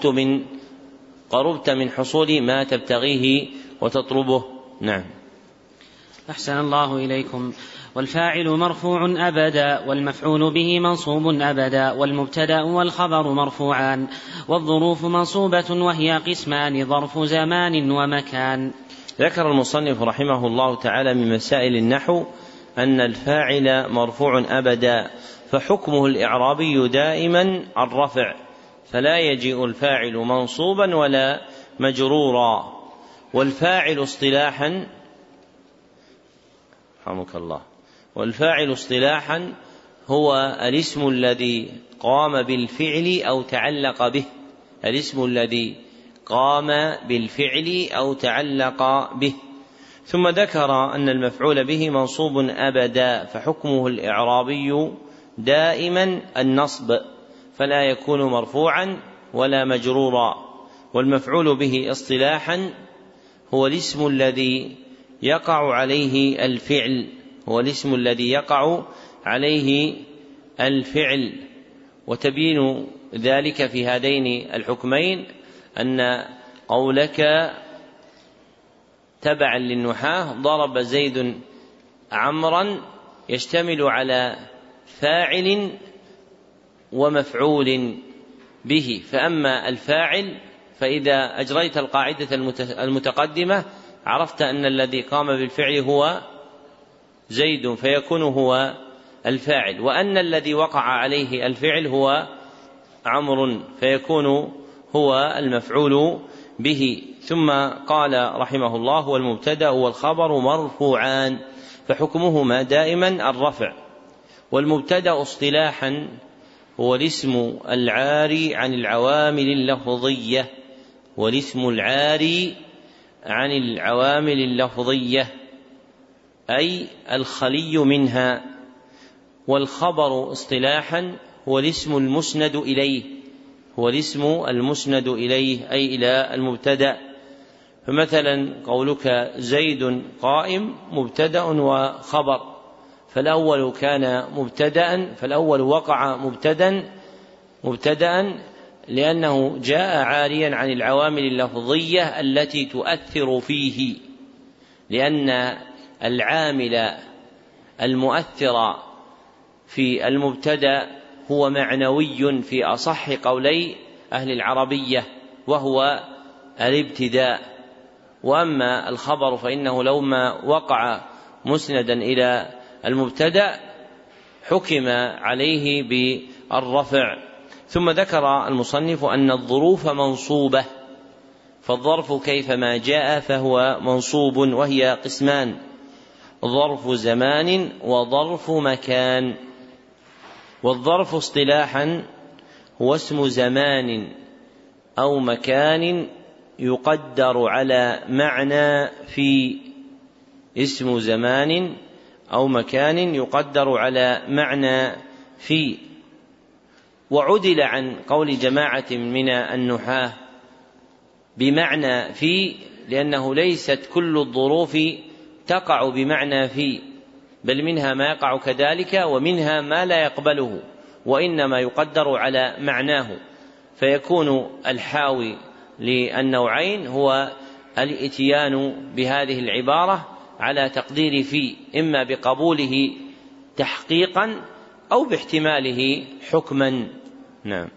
قربت من حصول ما تبتغيه وتطلبه. نعم. أحسن الله إليكم. والفاعل مرفوع أبدا، والمفعول به منصوب أبدا، والمبتدأ والخبر مرفوعان، والظروف منصوبة وهي قسمان: ظرف زمان ومكان. ذكر المصنف رحمه الله تعالى من مسائل النحو أن الفاعل مرفوع أبدا، فحكمه الإعرابي دائما الرفع، فلا يجيء الفاعل منصوبا ولا مجرورا. والفاعل اصطلاحا رحمك الله، والفاعل اصطلاحا هو الاسم الذي قام بالفعل أو تعلق به، الاسم الذي قام بالفعل أو تعلق به. ثم ذكر أن المفعول به منصوب أبدا، فحكمه الإعرابي دائما النصب، فلا يكون مرفوعا ولا مجرورا. والمفعول به اصطلاحا هو الاسم الذي يقع عليه الفعل، هو الاسم الذي يقع عليه الفعل. وتبين ذلك في هذين الحكمين أن قولك تبعا للنحاة ضرب زيد عمرا يشتمل على فاعل ومفعول به. فأما الفاعل فإذا أجريت القاعدة المتقدمة عرفت أن الذي قام بالفعل هو زيد فيكون هو الفاعل، وأن الذي وقع عليه الفعل هو عمرو فيكون هو المفعول به. ثم قال رحمه الله: والمبتدأ والخبر مرفوعان فحكمهما دائما الرفع. والمبتدأ اصطلاحا هو الاسم العاري عن العوامل اللفظية، والاسم العاري عن العوامل اللفظية أي الخلي منها. والخبر اصطلاحا هو الاسم المسند إليه، هو الاسم المسند إليه أي إلى المبتدأ. فمثلا قولك زيد قائم مبتدأ وخبر، فالأول كان مبتدأ، فالأول وقع مبتدأ لأنه جاء عاريا عن العوامل اللفظية التي تؤثر فيه، لأن العامل المؤثر في المبتدأ هو معنوي في أصح قولي أهل العربية وهو الابتداء. وأما الخبر فإنه لو ما وقع مسندا إلى المبتدأ حكم عليه بالرفع. ثم ذكر المصنف أن الظروف منصوبة، فالظرف كيفما جاء فهو منصوب، وهي قسمان: ظرف زمان وظرف مكان. والظرف اصطلاحا هو اسم زمان أو مكان يقدر على معنى في، اسم زمان أو مكان يقدر على معنى في. وعدل عن قول جماعة من النحاة بمعنى في، لأنه ليست كل الظروف تقع بمعنى في، بل منها ما يقع كذلك ومنها ما لا يقبله، وإنما يقدر على معناه. فيكون الحاوي للنوعين هو الإتيان بهذه العبارة على تقدير في، إما بقبوله تحقيقا أو باحتماله حكما. نعم.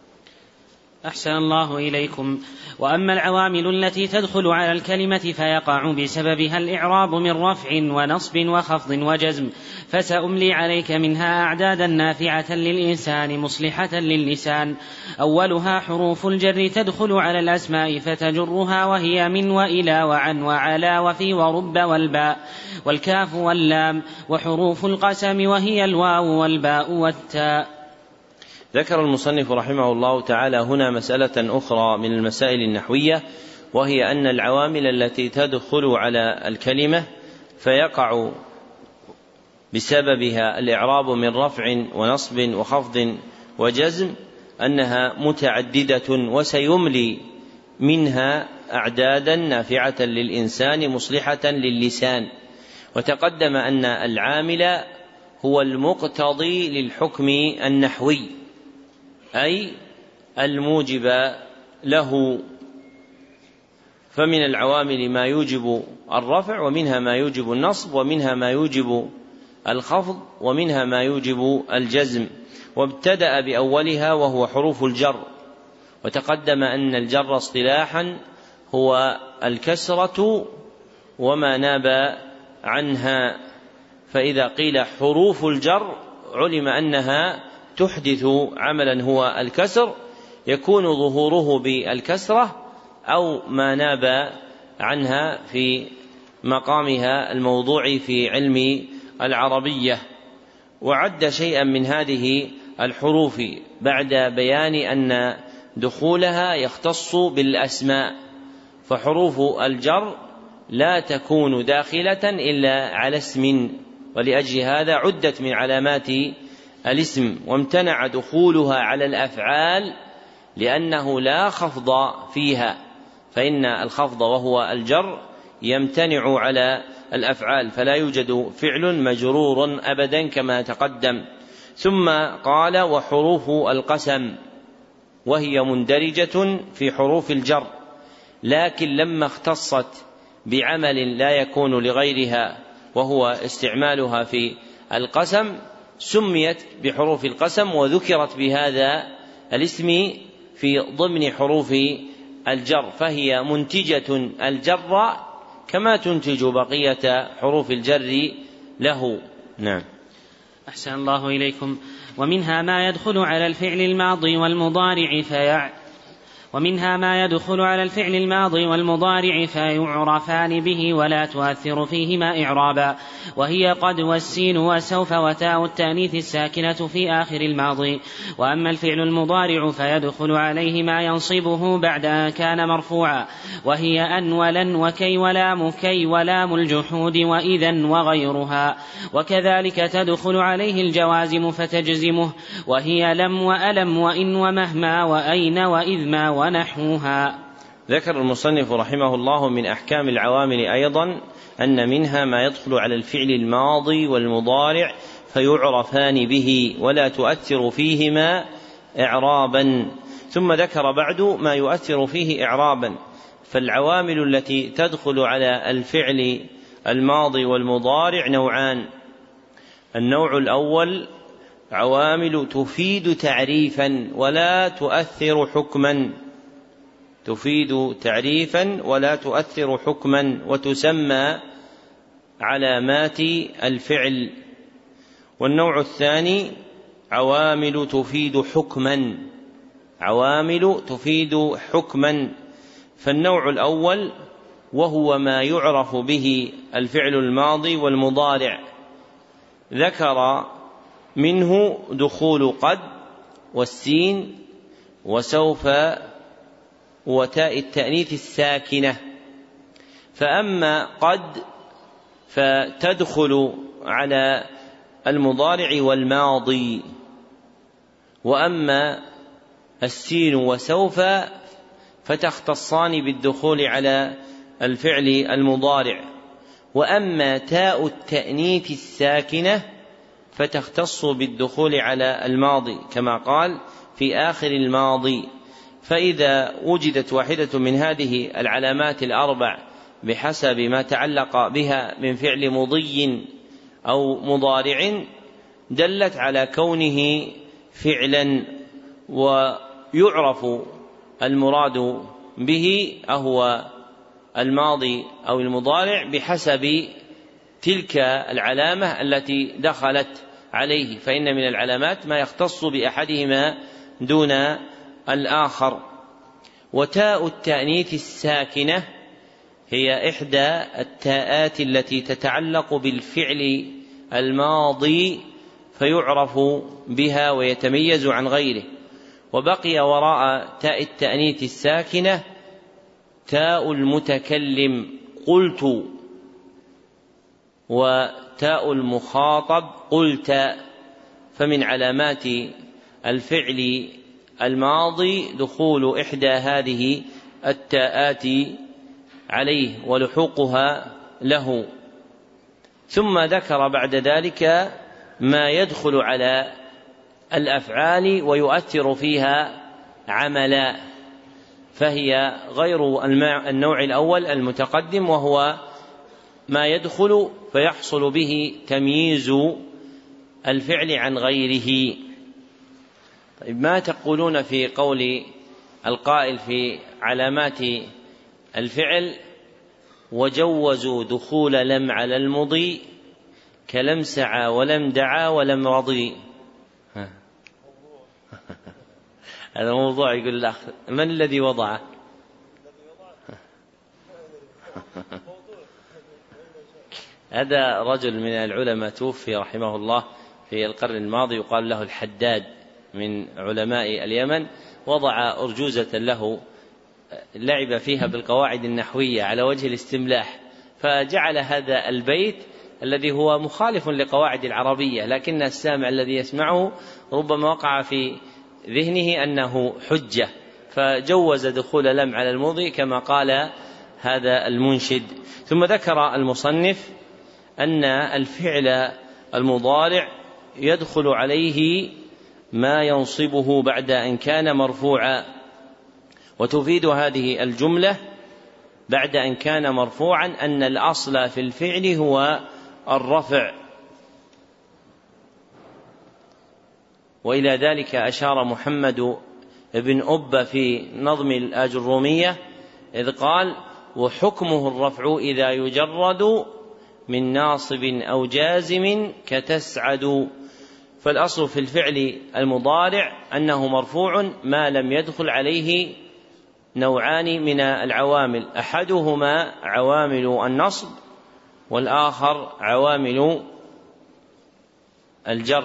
أحسن الله إليكم. وأما العوامل التي تدخل على الكلمة فيقع بسببها الإعراب من رفع ونصب وخفض وجزم، فسأملي عليك منها أعدادا نافعة للإنسان مصلحة للسان. أولها حروف الجر تدخل على الأسماء فتجرها، وهي من وإلى وعن وعلى وفي ورب والباء والكاف واللام. وحروف القسم وهي الواو والباء والتاء. ذكر المصنف رحمه الله تعالى هنا مسألة أخرى من المسائل النحوية، وهي أن العوامل التي تدخل على الكلمة فيقع بسببها الإعراب من رفع ونصب وخفض وجزم أنها متعددة، وسيملي منها أعدادا نافعة للإنسان مصلحة للسان. وتقدم أن العامل هو المقتضي للحكم النحوي، أي الموجب له. فمن العوامل ما يوجب الرفع، ومنها ما يوجب النصب، ومنها ما يوجب الخفض، ومنها ما يوجب الجزم. وابتدأ بأولها وهو حروف الجر. وتقدم أن الجر اصطلاحا هو الكسرة وما ناب عنها، فإذا قيل حروف الجر علم أنها تحدث عملا هو الكسر، يكون ظهوره بالكسرة أو ما ناب عنها في مقامها الموضوع في علم العربية. وعد شيئا من هذه الحروف بعد بيان أن دخولها يختص بالأسماء، فحروف الجر لا تكون داخلة إلا على اسم، ولأجل هذا عدت من علامات الاسم، وامتنع دخولها على الأفعال لأنه لا خفض فيها، فإن الخفض وهو الجر يمتنع على الأفعال، فلا يوجد فعل مجرور أبدا كما تقدم. ثم قال: وحروف القسم، وهي مندرجة في حروف الجر، لكن لما اختصت بعمل لا يكون لغيرها وهو استعمالها في القسم سميت بحروف القسم، وذكرت بهذا الاسم في ضمن حروف الجر، فهي منتجة الجر كما تنتج بقية حروف الجر له. نعم. أحسن الله إليكم. ومنها ما يدخل على الفعل الماضي والمضارع فيعرفان به ولا تؤثر فيهما إعرابا، وهي قد والسين وسوف وتاء التأنيث الساكنة في آخر الماضي. وأما الفعل المضارع فيدخل عليه ما ينصبه بعد أن كان مرفوعا، وهي أن ولن وكي ولام كي ولام الجحود وإذا وغيرها، وكذلك تدخل عليه الجوازم فتجزمه، وهي لم وألم وإن ومهما وأين وإذ ما ونحوها. ذكر المصنف رحمه الله من أحكام العوامل أيضا أن منها ما يدخل على الفعل الماضي والمضارع فيعرفان به ولا تؤثر فيهما إعرابا. ثم ذكر بعد ما يؤثر فيه إعرابا. فالعوامل التي تدخل على الفعل الماضي والمضارع نوعان: النوع الأول عوامل تفيد تعريفا ولا تؤثر حكما، تفيد تعريفا ولا تؤثر حكما، وتسمى علامات الفعل. والنوع الثاني عوامل تفيد حكما، عوامل تفيد حكما. فالنوع الأول وهو ما يعرف به الفعل الماضي والمضارع، ذكر منه دخول قد والسين وسوف وتاء التأنيث الساكنة. فأما قد فتدخل على المضارع والماضي، وأما السين وسوف فتختصان بالدخول على الفعل المضارع، وأما تاء التأنيث الساكنة فتختص بالدخول على الماضي كما قال في آخر الماضي. فإذا وجدت واحدة من هذه العلامات الأربع بحسب ما تعلق بها من فعل مضي أو مضارع دلت على كونه فعلا، ويعرف المراد به أهو الماضي أو المضارع بحسب تلك العلامة التي دخلت عليه، فإن من العلامات ما يختص بأحدهما دون الآخر. وتاء التأنيث الساكنة هي إحدى التاءات التي تتعلق بالفعل الماضي فيعرف بها ويتميز عن غيره. وبقي وراء تاء التأنيث الساكنة تاء المتكلم قلت، وتاء المخاطب قلت. فمن علامات الفعل الماضي دخول إحدى هذه التاءات عليه ولحوقها له. ثم ذكر بعد ذلك ما يدخل على الأفعال ويؤثر فيها عملا، فهي غير النوع الأول المتقدم، وهو ما يدخل فيحصل به تمييز الفعل عن غيره. طيب، ما تقولون في قول القائل في علامات الفعل: وجوزوا دخول لم على المضي كلم سعى ولم دعا ولم رضي؟ هذا موضوع يقول الأخ من الذي وضعه؟ هذا رجل من العلماء توفي رحمه الله في القرن الماضي يقال له الحداد من علماء اليمن، وضع أرجوزة له لعب فيها بالقواعد النحوية على وجه الاستملاح، فجعل هذا البيت الذي هو مخالف لقواعد العربية، لكن السامع الذي يسمعه ربما وقع في ذهنه أنه حجة، فجوز دخول لم على المضي كما قال هذا المنشد. ثم ذكر المصنف أن الفعل المضارع يدخل عليه ما ينصبه بعد أن كان مرفوعا، وتفيد هذه الجملة بعد أن كان مرفوعا أن الأصل في الفعل هو الرفع، وإلى ذلك أشار محمد بن أبة في نظم الآجرومية إذ قال: وحكمه الرفع إذا يجرد من ناصب أو جازم كتسعد. فالأصل في الفعل المضارع أنه مرفوع ما لم يدخل عليه نوعان من العوامل، أحدهما عوامل النصب والآخر عوامل الجر.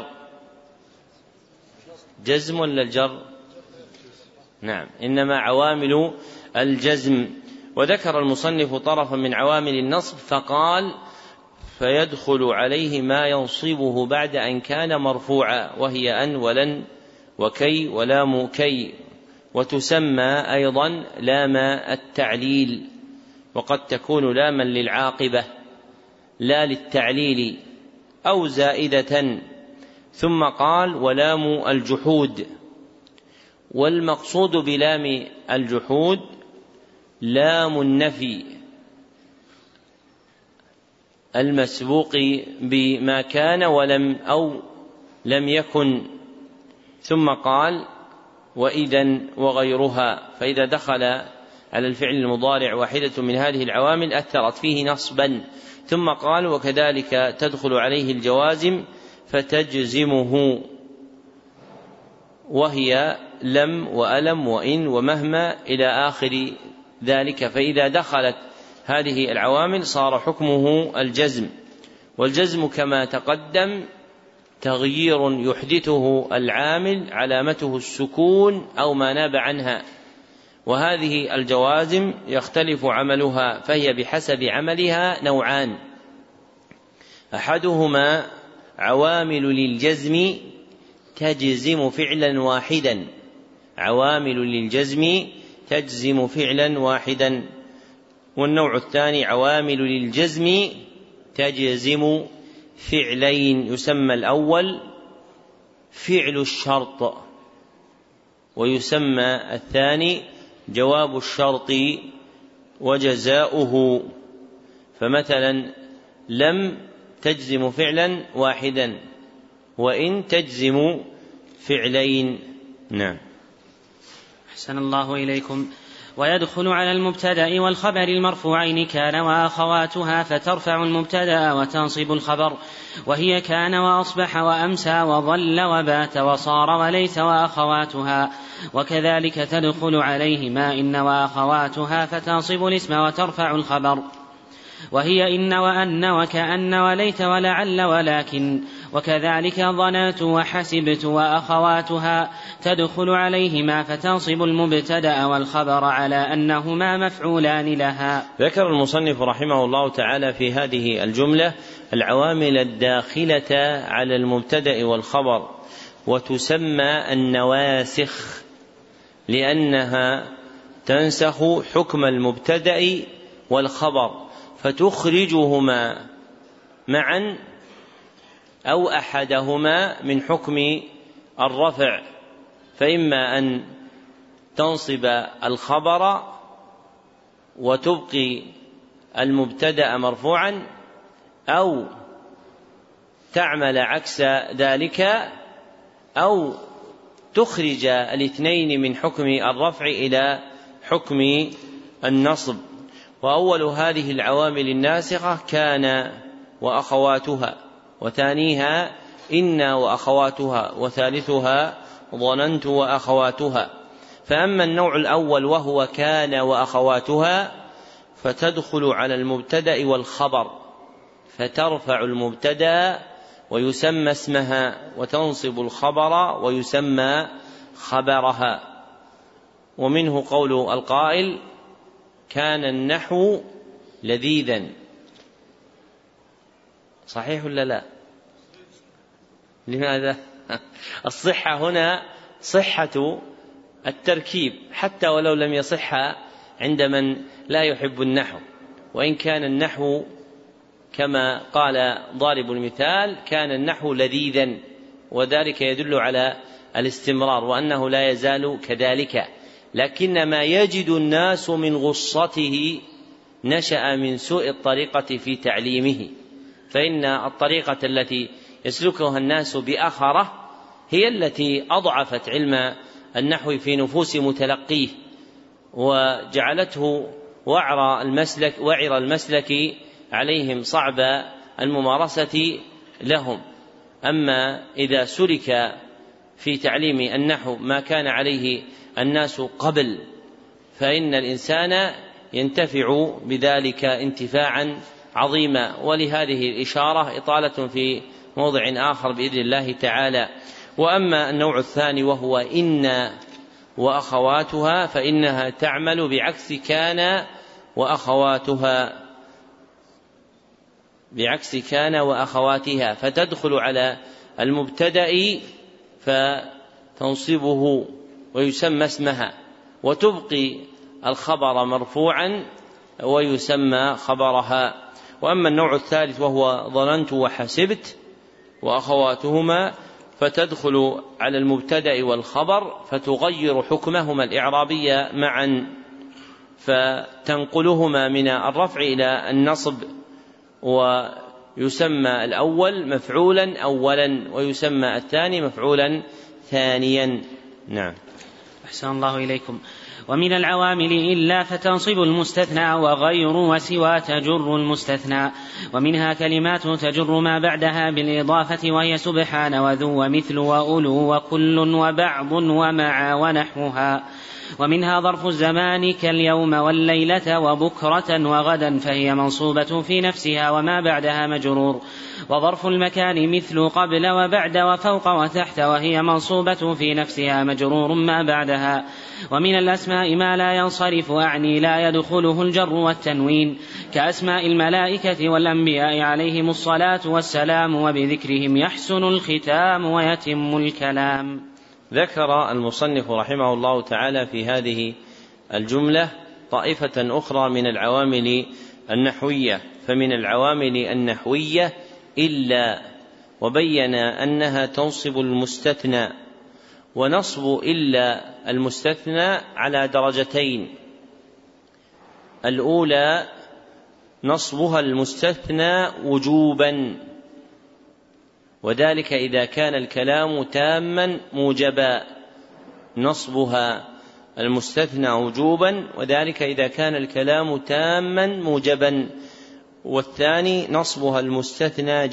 جزم ولا الجر؟ نعم، إنما عوامل الجزم. وذكر المصنف طرفا من عوامل النصب فقال: فيدخل عليه ما ينصبه بعد أن كان مرفوعا، وهي أن ولن وكي ولام كي، وتسمى أيضا لام التعليل، وقد تكون لاما للعاقبة لا للتعليل أو زائدة. ثم قال: ولام الجحود. والمقصود بلام الجحود لام النفي المسبوق بما كان ولم أو لم يكن. ثم قال: وإذا وغيرها، فإذا دخل على الفعل المضارع واحدة من هذه العوامل أثرت فيه نصبا. ثم قال: وكذلك تدخل عليه الجوازم فتجزمه، وهي لم وألم وإن ومهما إلى آخر ذلك. فإذا دخلت هذه العوامل صار حكمه الجزم، والجزم كما تقدم تغيير يحدثه العامل علامته السكون أو ما ناب عنها، وهذه الجوازم يختلف عملها، فهي بحسب عملها نوعان: أحدهما عوامل للجزم تجزم فعلا واحدا، عوامل للجزم تجزم فعلا واحدا. والنوع الثاني عوامل للجزم تجزم فعلين، يسمى الأول فعل الشرط، ويسمى الثاني جواب الشرط وجزاؤه. فمثلا لم تجزم فعلا واحدا، وإن تجزم فعلين. نعم. أحسن الله إليكم. ويدخل على المبتدأ والخبر المرفوعين كان وأخواتها، فترفع المبتدأ وتنصب الخبر، وهي كان وأصبح وأمسى وظل وبات وصار وليس وأخواتها. وكذلك تدخل عليهما إن وأخواتها، فتنصب الاسم وترفع الخبر، وهي إن وأن وكأن وليت ولعل ولكن. وكذلك ظننت وحسبت وأخواتها، تدخل عليهما فتنصب المبتدأ والخبر على أنهما مفعولان لها. ذكر المصنف رحمه الله تعالى في هذه الجملة العوامل الداخلة على المبتدأ والخبر، وتسمى النواسخ لأنها تنسخ حكم المبتدأ والخبر، فتخرجهما معا أو أحدهما من حكم الرفع، فإما أن تنصب الخبر وتبقي المبتدأ مرفوعا، أو تعمل عكس ذلك، أو تخرج الاثنين من حكم الرفع إلى حكم النصب. وأول هذه العوامل الناسخة كان وأخواتها، وثانيها إن وأخواتها، وثالثها ظننت وأخواتها. فأما النوع الأول وهو كان وأخواتها فتدخل على المبتدأ والخبر، فترفع المبتدأ ويسمى اسمها، وتنصب الخبر ويسمى خبرها. ومنه قول القائل: كان النحو لذيذا. صحيح ولا لا؟ لماذا؟ الصحة هنا صحة التركيب، حتى ولو لم يصح عند من لا يحب النحو، وإن كان النحو كما قال ضارب المثال: كان النحو لذيذا، وذلك يدل على الاستمرار وأنه لا يزال كذلك، لكن ما يجد الناس من غصته نشأ من سوء الطريقة في تعليمه، فإن الطريقة التي يسلكها الناس بأخره هي التي أضعفت علم النحو في نفوس متلقيه، وجعلته وعر المسلك عليهم، صعب الممارسة لهم. أما إذا سلك في تعليم النحو ما كان عليه الناس قبل، فإن الإنسان ينتفع بذلك انتفاعا عظيما. ولهذه الإشارة إطالة في موضع آخر بإذن الله تعالى. وأما النوع الثاني وهو إن وأخواتها فإنها تعمل بعكس كان وأخواتها، فتدخل على المبتدأ فتنصبه ويسمى اسمها، وتبقي الخبر مرفوعا ويسمى خبرها. وأما النوع الثالث وهو ظننت وحسبت وأخواتهما فتدخل على المبتدأ والخبر فتغير حكمهما الإعرابي معا، فتنقلهما من الرفع إلى النصب، ويسمى الأول مفعولا أولا ويسمى الثاني مفعولا ثانيا. نعم. أحسن الله إليكم. ومن العوامل إلا فتنصب المستثنى، وغير وسوى تجر المستثنى، ومنها كلمات تجر ما بعدها بالإضافة، وهي سبحان وذو ومثل وأولو وكل وبعض ومع ونحوها. ومنها ظرف الزمان كاليوم والليلة وبكرة وغدا، فهي منصوبة في نفسها وما بعدها مجرور. وظرف المكان مثل قبل وبعد وفوق وتحت، وهي منصوبة في نفسها مجرور ما بعدها. ومن الأسماء ما لا ينصرف، أعني لا يدخله الجر والتنوين، كأسماء الملائكة والأنبياء عليهم الصلاة والسلام، وبذكرهم يحسن الختام ويتم الكلام. ذكر المصنف رحمه الله تعالى في هذه الجملة طائفة أخرى من العوامل النحوية. فمن العوامل النحوية إلا، وبين أنها تنصب المستثنى. ونصب إلا المستثنى على درجتين: الأولى نصبها المستثنى وجوبا، وذلك إذا كان الكلام تاما موجبا، نصبها المستثنى وجوبا وذلك إذا كان الكلام تاما موجبا. والثاني نصبها المستثنى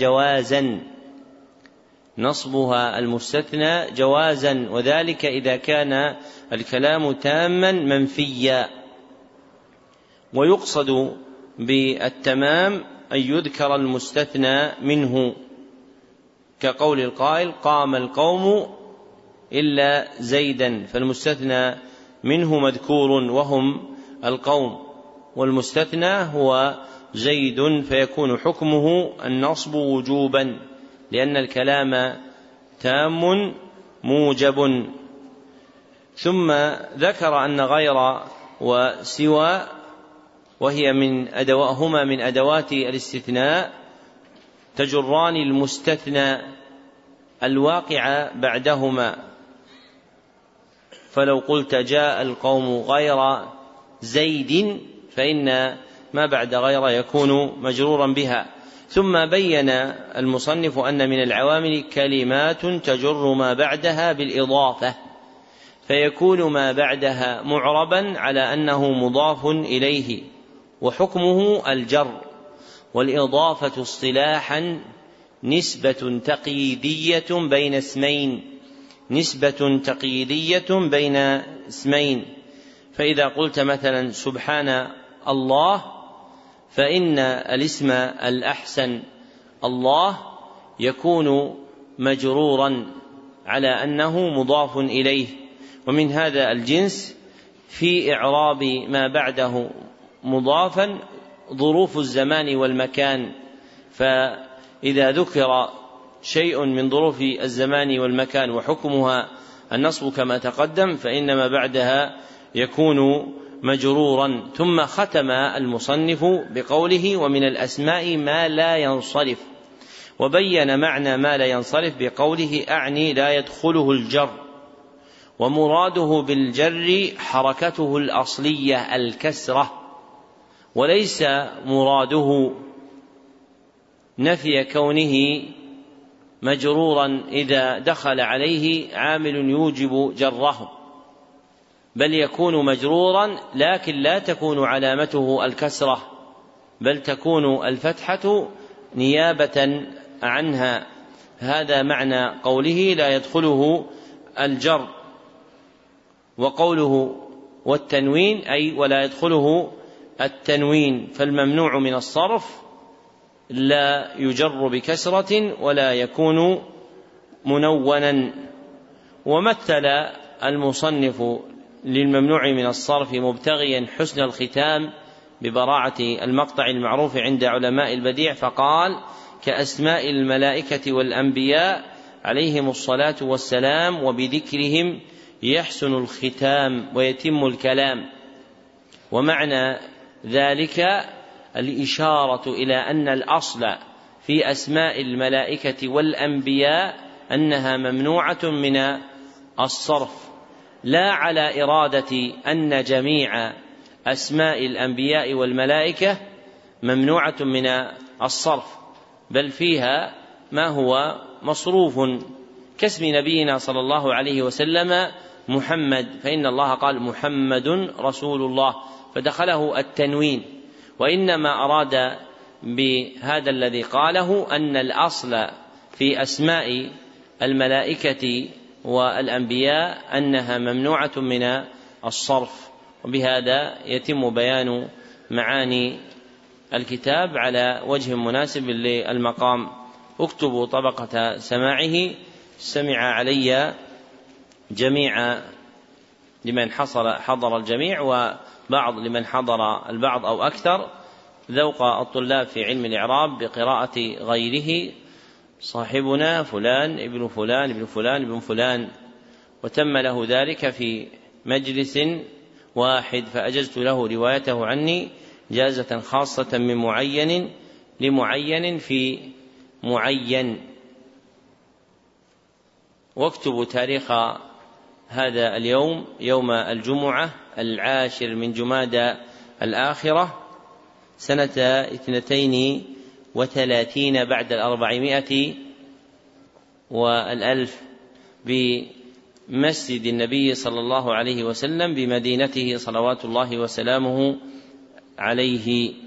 جوازا، وذلك إذا كان الكلام تاما منفيا. ويقصد بالتمام أن يذكر المستثنى منه، كقول القائل: قام القوم إلا زيدا، فالمستثنى منه مذكور وهم القوم، والمستثنى هو زيد، فيكون حكمه النصب وجوبا لأن الكلام تام موجب. ثم ذكر أن غير وسوى هما من أدوات الاستثناء تجران المستثنى الواقع بعدهما، فلو قلت جاء القوم غير زيد فإن ما بعد غير يكون مجرورا بها. ثم بين المصنف أن من العوامل كلمات تجر ما بعدها بالإضافة، فيكون ما بعدها معربا على أنه مضاف إليه وحكمه الجر. والإضافة اصطلاحا نسبة تقييدية بين اسمين، نسبة تقييدية بين اسمين، فإذا قلت مثلا سبحان الله فإن الاسم الأحسن الله يكون مجرورا على أنه مضاف إليه، ومن هذا الجنس في إعراب ما بعده مضافا ظروف الزمان والمكان، فإذا ذكر شيء من ظروف الزمان والمكان وحكمها النصب كما تقدم فإن ما بعدها يكون مجرورا. ثم ختم المصنف بقوله ومن الأسماء ما لا ينصرف، وبين معنى ما لا ينصرف بقوله أعني لا يدخله الجر، ومراده بالجر حركته الأصلية الكسرة، وليس مراده نفي كونه مجرورا إذا دخل عليه عامل يوجب جره، بل يكون مجرورا لكن لا تكون علامته الكسرة، بل تكون الفتحة نيابة عنها. هذا معنى قوله لا يدخله الجر. وقوله والتنوين أي ولا يدخله التنوين، فالممنوع من الصرف لا يجر بكسرة ولا يكون منونا. ومثل المصنف للممنوع من الصرف مبتغيا حسن الختام ببراعة المقطع المعروف عند علماء البديع، فقال كأسماء الملائكة والأنبياء عليهم الصلاة والسلام وبذكرهم يحسن الختام ويتم الكلام. ومعنى ذلك الإشارة إلى أن الأصل في أسماء الملائكة والأنبياء أنها ممنوعة من الصرف، لا على إرادة أن جميع أسماء الأنبياء والملائكة ممنوعة من الصرف، بل فيها ما هو مصروف كاسم نبينا صلى الله عليه وسلم محمد، فإن الله قال محمد رسول الله فدخله التنوين. وإنما أراد بهذا الذي قاله أن الأصل في أسماء الملائكة والأنبياء أنها ممنوعة من الصرف. وبهذا يتم بيان معاني الكتاب على وجه مناسب للمقام. اكتبوا طبقة سماعه، سمع علي جميع لمن حضر الجميع، وبعض لمن حضر البعض أو أكثر، ذوق الطلاب في علم الإعراب بقراءة غيره صاحبنا فلان ابن فلان ابن فلان ابن فلان، وتم له ذلك في مجلس واحد، فأجزت له روايته عني جازة خاصة من معين لمعين في معين. واكتبوا تاريخ هذا اليوم يوم الجمعة 10 من جمادى الآخرة سنة 32 بعد 400 والألف بمسجد النبي صلى الله عليه وسلم بمدينته صلوات الله وسلامه عليه.